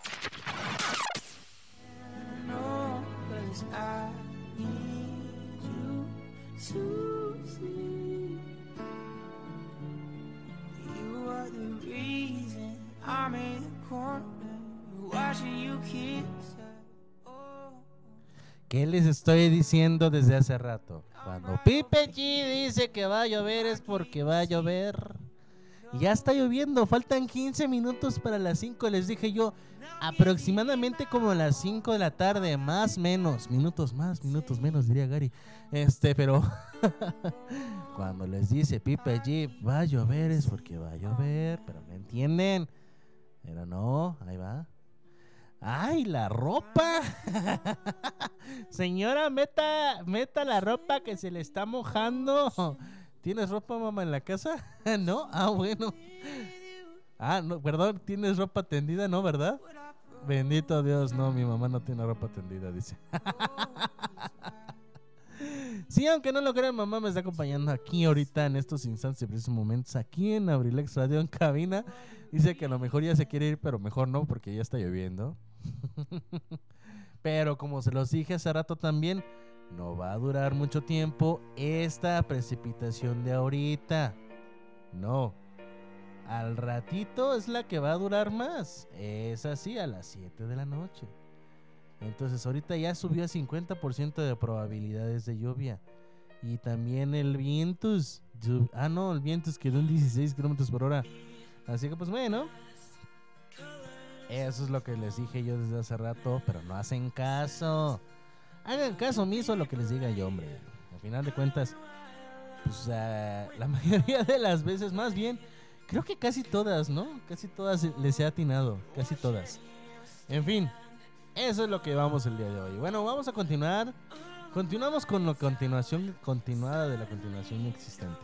¿Qué les estoy diciendo desde hace rato? Cuando Pipe G dice que va a llover es porque va a llover. Ya está lloviendo, faltan quince minutos para las cinco. Les dije yo, aproximadamente como a las cinco de la tarde, más menos, minutos más, minutos menos, diría Gary. Este, pero cuando les dice Pipe G, va a llover es porque va a llover, pero ¿me entienden? Pero no, ahí va. ¡Ay, la ropa! Señora, meta, meta la ropa que se le está mojando. ¿Tienes ropa, mamá, en la casa? ¿No? Ah, bueno. Ah, no, perdón, ¿tienes ropa tendida? ¿No, verdad? Bendito Dios, no, mi mamá no tiene ropa tendida, dice. Sí, aunque no lo crean, mamá me está acompañando aquí ahorita en estos instantes y precisos momentos, aquí en abrilex Radio en cabina. Dice que a lo mejor ya se quiere ir, pero mejor no, porque ya está lloviendo. Pero como se los dije hace rato también, no va a durar mucho tiempo esta precipitación de ahorita. No, al ratito es la que va a durar más. Es así, a las siete de la noche. Entonces ahorita ya subió a cincuenta por ciento de probabilidades de lluvia. Y también el vientos. Ah, no, el vientos quedó en dieciséis kilómetros por hora. Así que pues bueno, eso es lo que les dije yo desde hace rato. Pero no hacen caso. Hagan caso omiso a lo que les diga yo, hombre. Al final de cuentas, pues uh, la mayoría de las veces, más bien, creo que casi todas, ¿no? Casi todas les he atinado. Casi todas. En fin, eso es lo que vamos el día de hoy. Bueno, vamos a continuar. Continuamos con la continuación continuada de la continuación existente.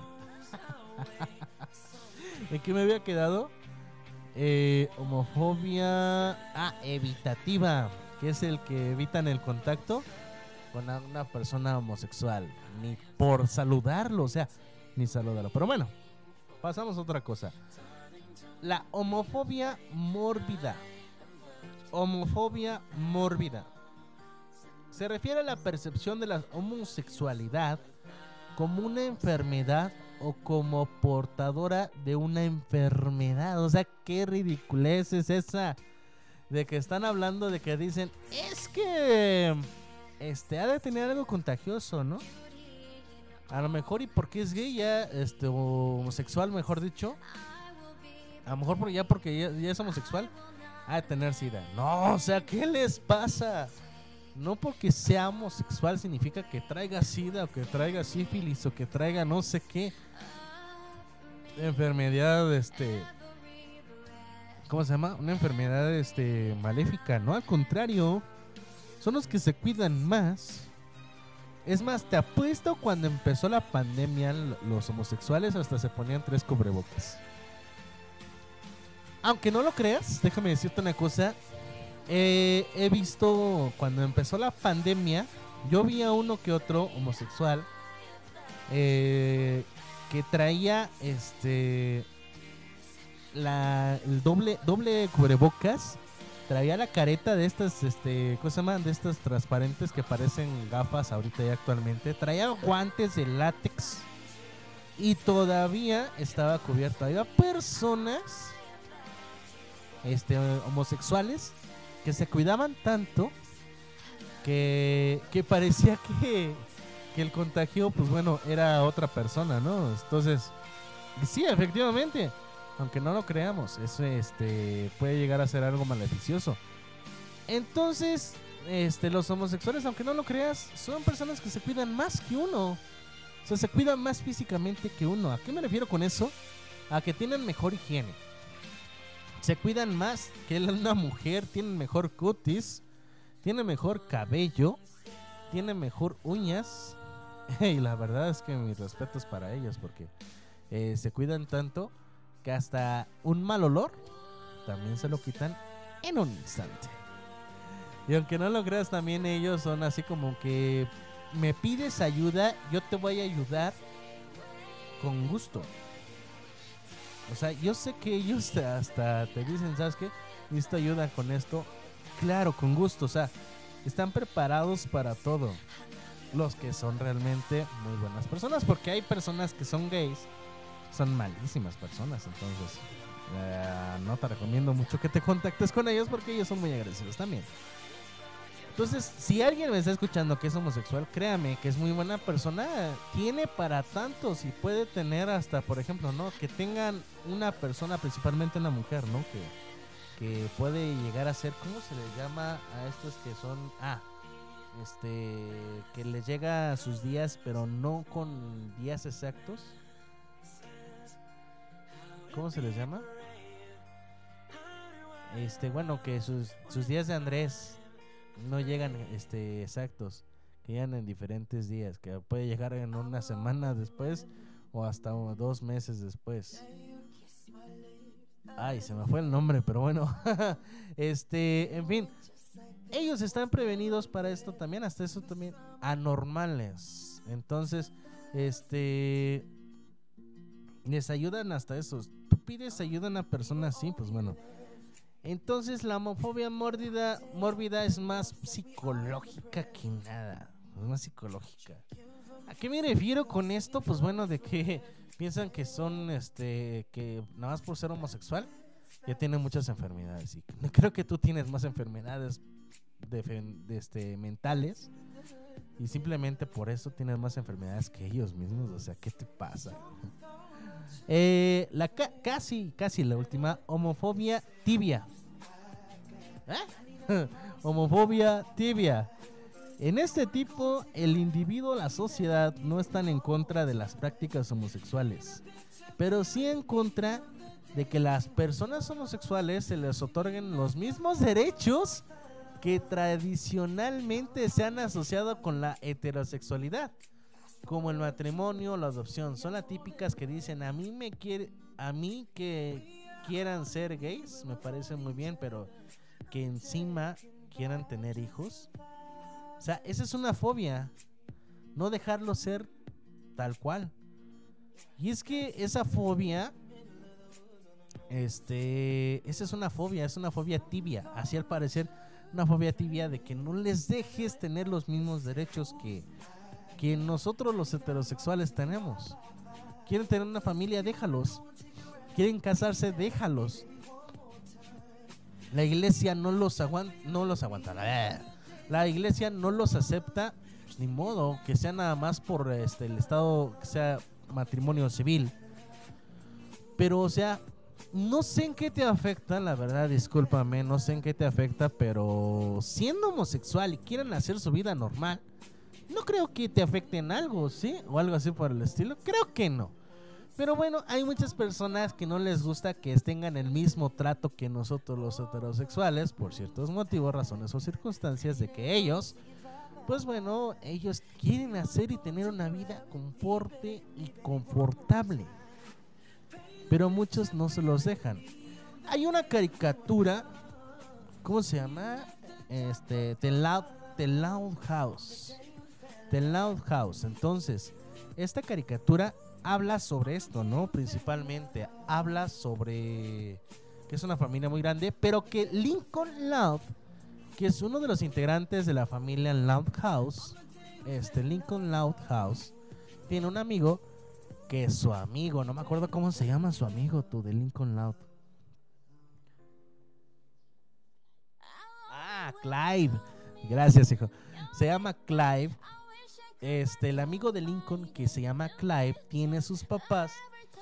¿En qué me había quedado? Eh, homofobia ah, evitativa, que es el que evitan el contacto con una persona homosexual, ni por saludarlo, o sea, ni saludarlo. Pero bueno, pasamos a otra cosa. La homofobia mórbida. Homofobia mórbida se refiere a la percepción de la homosexualidad como una enfermedad o como portadora de una enfermedad. O sea, qué ridiculez es esa de que están hablando de que dicen, es que este ha de tener algo contagioso, ¿no? A lo mejor, y porque es gay ya, este, o homosexual, mejor dicho, a lo mejor porque ya porque ya, ya es homosexual, ha de tener sida. No, o sea, ¿qué les pasa? No porque sea homosexual significa que traiga sida o que traiga sífilis o que traiga no sé qué enfermedad, este, ¿cómo se llama? Una enfermedad, este, maléfica. No, al contrario, son los que se cuidan más. Es más, te apuesto, cuando empezó la pandemia, los homosexuales hasta se ponían tres cubrebocas. Aunque no lo creas, déjame decirte una cosa. Eh, he visto cuando empezó la pandemia, yo vi a uno que otro homosexual eh, que traía este la el doble doble cubrebocas, traía la careta de estas, este, ¿cómo se llaman? De estas transparentes que parecen gafas ahorita ya actualmente, traía guantes de látex y todavía estaba cubierto. Había personas este homosexuales que se cuidaban tanto que, que parecía que, que el contagio, pues bueno, era otra persona, ¿no? Entonces, sí, efectivamente, aunque no lo creamos, eso este, puede llegar a ser algo maleficioso. Entonces, este, los homosexuales, aunque no lo creas, son personas que se cuidan más que uno. O sea, se cuidan más físicamente que uno. ¿A qué me refiero con eso? A que tienen mejor higiene. Se cuidan más que una mujer, tienen mejor cutis, tiene mejor cabello, tiene mejor uñas. Y la verdad es que mis respetos para ellos, porque eh, se cuidan tanto que hasta un mal olor también se lo quitan en un instante. Y aunque no lo creas, también ellos son así como que me pides ayuda, yo te voy a ayudar con gusto. O sea, yo sé que ellos hasta te dicen, ¿sabes qué? Necesito ayuda con esto. Claro, con gusto. O sea, están preparados para todo. Los que son realmente muy buenas personas. Porque hay personas que son gays, son malísimas personas. Entonces, eh, no te recomiendo mucho que te contactes con ellos, porque ellos son muy agresivos también. Entonces, si alguien me está escuchando que es homosexual, créame que es muy buena persona. Tiene para tantos y puede tener hasta, por ejemplo, ¿no? Que tengan una persona, principalmente una mujer, ¿no? Que, que puede llegar a ser, ¿cómo se les llama a estos que son? Ah, este, que les llega a sus días, pero no con días exactos. ¿Cómo se les llama? Este, bueno, que sus, sus días de Andrés no llegan este exactos, que llegan en diferentes días, que puede llegar en una semana después o hasta dos meses después. Ay, se me fue el nombre, pero bueno. Este, en fin, ellos están prevenidos para esto también, hasta eso también, anormales. Entonces, este, les ayudan hasta eso. Tú pides ayuda a una persona así, pues bueno. Entonces la homofobia mórbida, mórbida es más psicológica que nada. Es más psicológica. ¿A qué me refiero con esto? Pues bueno, de que piensan que son, este, que nada más por ser homosexual ya tienen muchas enfermedades. Y creo que tú tienes más enfermedades de, de este, mentales, y simplemente por eso tienes más enfermedades que ellos mismos. O sea, ¿qué te pasa? Eh, la ca- casi, casi la última, homofobia tibia. ¿Eh? Homofobia tibia. En este tipo, el individuo, la sociedad, no están en contra de las prácticas homosexuales, pero sí en contra de que las personas homosexuales se les otorguen los mismos derechos que tradicionalmente se han asociado con la heterosexualidad, como el matrimonio o la adopción. Son las típicas que dicen, a mí me quiere, a mí que quieran ser gays, me parece muy bien, pero que encima quieran tener hijos. O sea, esa es una fobia, no dejarlo ser tal cual. Y es que esa fobia, este, esa es una fobia, es una fobia tibia, así al parecer, una fobia tibia de que no les dejes tener los mismos derechos que que nosotros los heterosexuales tenemos. Quieren tener una familia, déjalos. Quieren casarse, déjalos. La iglesia no los aguanta, no los aguanta. La iglesia no los acepta, pues ni modo, que sea nada más por este el estado, que sea matrimonio civil. Pero o sea, no sé en qué te afecta, la verdad, discúlpame, no sé en qué te afecta, pero siendo homosexual y quieren hacer su vida normal, no creo que te afecte en algo, ¿sí? O algo así por el estilo. Creo que no. Pero bueno, hay muchas personas que no les gusta que tengan el mismo trato que nosotros los heterosexuales, por ciertos motivos, razones o circunstancias, de que ellos, pues bueno, ellos quieren hacer y tener una vida conforte y confortable. Pero muchos no se los dejan. Hay una caricatura, ¿cómo se llama? Este, The Loud, The Loud House. The Loud House. Entonces, esta caricatura habla sobre esto, ¿no? Principalmente habla sobre que es una familia muy grande, pero que Lincoln Loud, que es uno de los integrantes de la familia Loud House, este Lincoln Loud House, tiene un amigo que es su amigo, no me acuerdo cómo se llama su amigo, tú, de Lincoln Loud. Ah, Clive. Gracias, hijo. Se llama Clive. Este, el amigo de Lincoln, que se llama Clive, tiene sus papás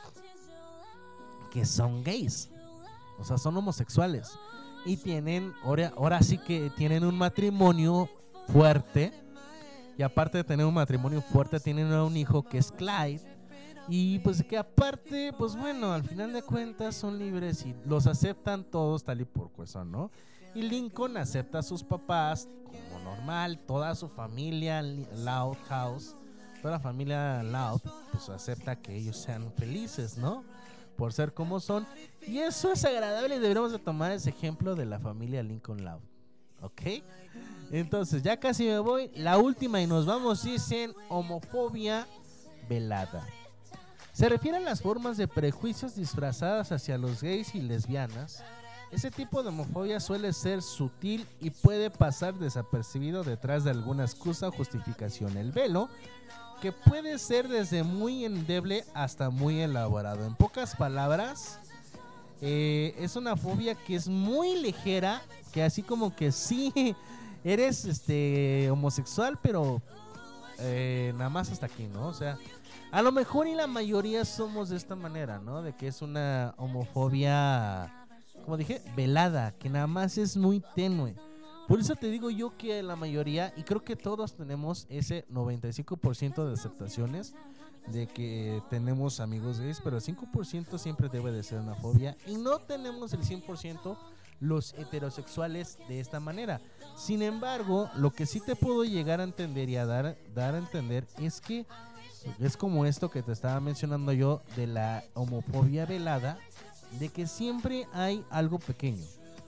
que son gays, o sea, son homosexuales, y tienen, ahora, ahora sí que tienen un matrimonio fuerte, y aparte de tener un matrimonio fuerte, tienen un hijo que es Clive, Y pues que aparte, pues bueno, al final de cuentas son libres y los aceptan todos tal y por cual son, ¿no? Y Lincoln acepta a sus papás como normal, toda su familia Loud House, toda la familia Loud, pues acepta que ellos sean felices, ¿no? Por ser como son. Y eso es agradable y deberíamos de tomar ese ejemplo de la familia Lincoln Loud, ¿ok? Entonces ya casi me voy. La última y nos vamos, dicen homofobia velada. Se refiere a las formas de prejuicios disfrazadas hacia los gays y lesbianas. Ese tipo de homofobia suele ser sutil y puede pasar desapercibido detrás de alguna excusa o justificación. El velo, que puede ser desde muy endeble hasta muy elaborado. En pocas palabras, eh, es una fobia que es muy ligera, que así como que sí eres este homosexual, pero eh, nada más hasta aquí, ¿no? O sea, a lo mejor y la mayoría somos de esta manera, ¿no? De que es una homofobia, como dije, velada, que nada más es muy tenue. Por eso te digo yo que la mayoría, y creo que todos tenemos ese noventa y cinco por ciento de aceptaciones de que tenemos amigos gays, pero el cinco por ciento siempre debe de ser una fobia. Y no tenemos el cien por ciento los heterosexuales de esta manera. Sin embargo, lo que sí te puedo llegar a entender y a dar, dar a entender es que es como esto que te estaba mencionando yo de la homofobia velada, de que siempre hay algo pequeño.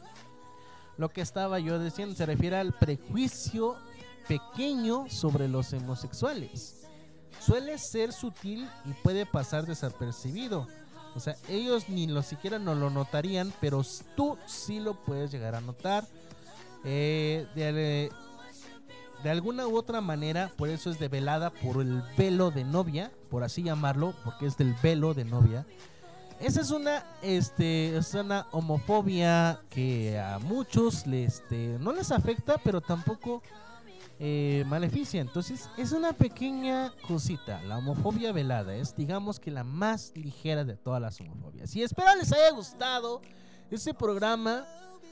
Lo que estaba yo diciendo se refiere al prejuicio pequeño sobre los homosexuales. Suele ser sutil y puede pasar desapercibido. O sea, ellos ni lo siquiera no lo notarían, pero tú sí lo puedes llegar a notar. Eh, de, de alguna u otra manera, por eso es de velada, por el velo de novia, por así llamarlo, porque es del velo de novia. Esa es una, este, es una homofobia que a muchos les, este, no les afecta, pero tampoco eh, maleficia. Entonces es una pequeña cosita, la homofobia velada. Es, digamos, que la más ligera de todas las homofobias. Y espero les haya gustado este programa.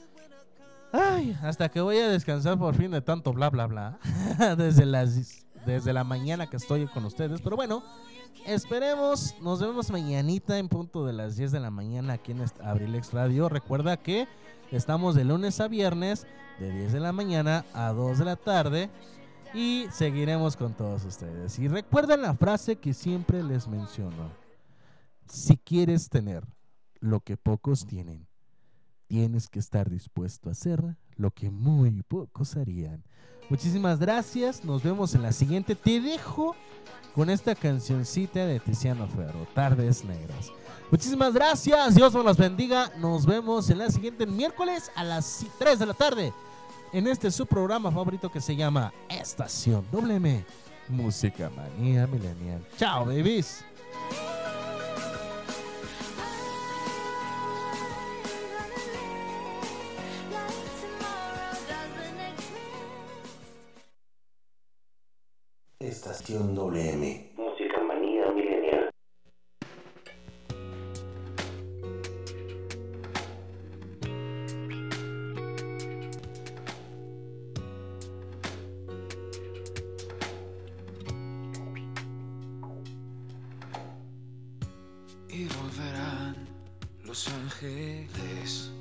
Ay, hasta que voy a descansar por fin de tanto bla bla bla desde las desde la mañana que estoy con ustedes. Pero bueno, esperemos, nos vemos mañanita en punto de las diez de la mañana aquí en Abrilex Radio. Recuerda que estamos de lunes a viernes de diez de la mañana a dos de la tarde y seguiremos con todos ustedes. Y recuerden la frase que siempre les menciono: si quieres tener lo que pocos tienen, tienes que estar dispuesto a hacer lo que muy pocos harían. Muchísimas gracias, nos vemos en la siguiente. Te dejo con esta cancioncita de Tiziano Ferro, Tardes Negras. Muchísimas gracias, Dios nos los bendiga. Nos vemos en la siguiente miércoles a las tres de la tarde en este su programa favorito que se llama Estación W M, Música Manía Millennial. Chao, babies. Estación W M, Música Manía Millennial. Y volverán los ángeles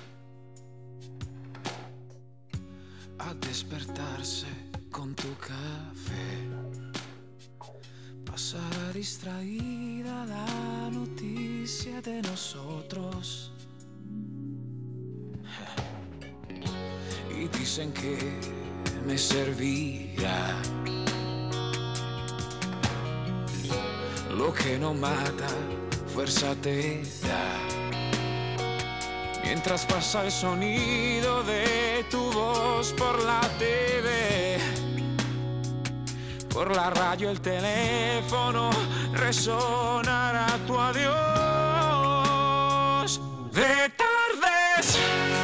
a despertarse con tu café. Pasará distraída la noticia de nosotros. Y dicen que me servirá lo que no mata, fuerza te da. Mientras pasa el sonido de tu voz por la T V, por la radio, el teléfono, resonará tu adiós. De tardes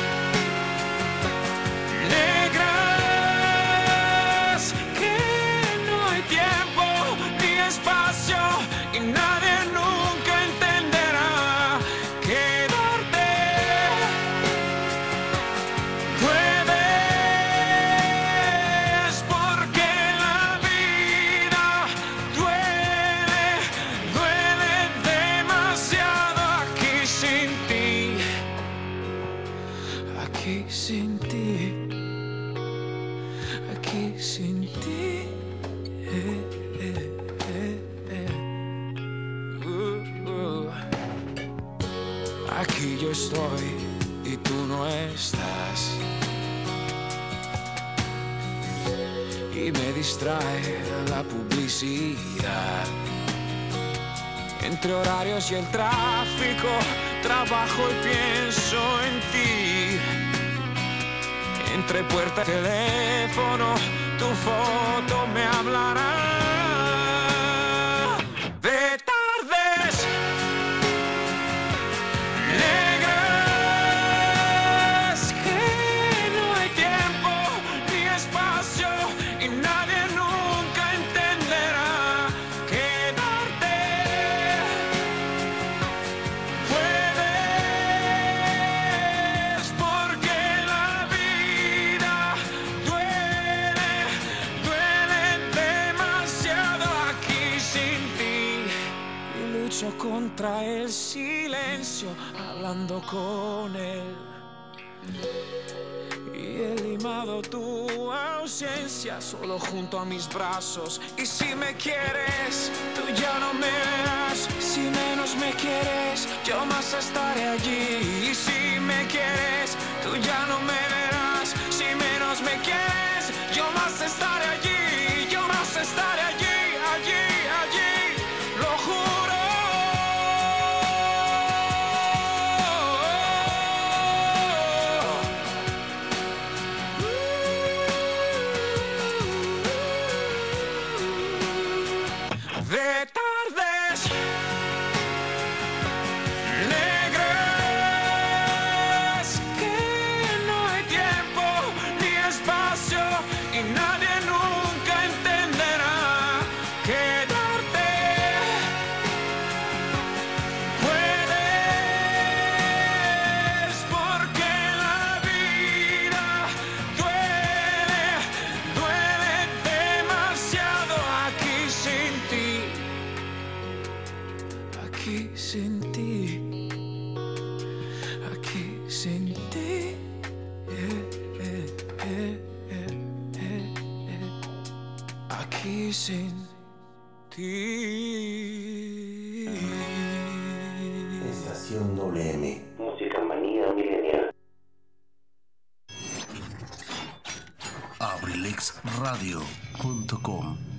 negras, que no hay tiempo ni espacio y nadie nunca entenderá que darte puedes, porque la vida duele, duele aquí sin ti, aquí sin ti. Eh, eh, eh, eh. Uh, uh. Aquí yo estoy y tú no estás. Y me distrae la publicidad. Entre horarios y el tráfico, trabajo y pienso en ti. Entre puerta y teléfono, tu foto me hablará. De tardes negras que no hay tiempo ni espacio y nadie nunca entenderá. Quedarte puedes porque la vida duele, duele demasiado aquí sin ti. Y lucho contra el silencio hablando con él. Y he limado tu ausencia solo junto a mis brazos. Y si me quieres, tú ya no me verás. Si menos me quieres, yo más estaré allí. Y si me quieres, tú ya no me verás. Si menos me quieres, yo más estaré allí. Yo más estaré allí, allí, allí. Lo juro. De tardes negras que no hay tiempo ni espacio y nadie nunca entenderá. Quedarte puedes porque la vida duele, duele demasiado aquí sin ti. Aquí sin ti, aquí sin ti, eh, eh, eh, eh, eh, eh. Aquí sin ti. Estación W M, Música Manía Millennial. abrilexradio punto com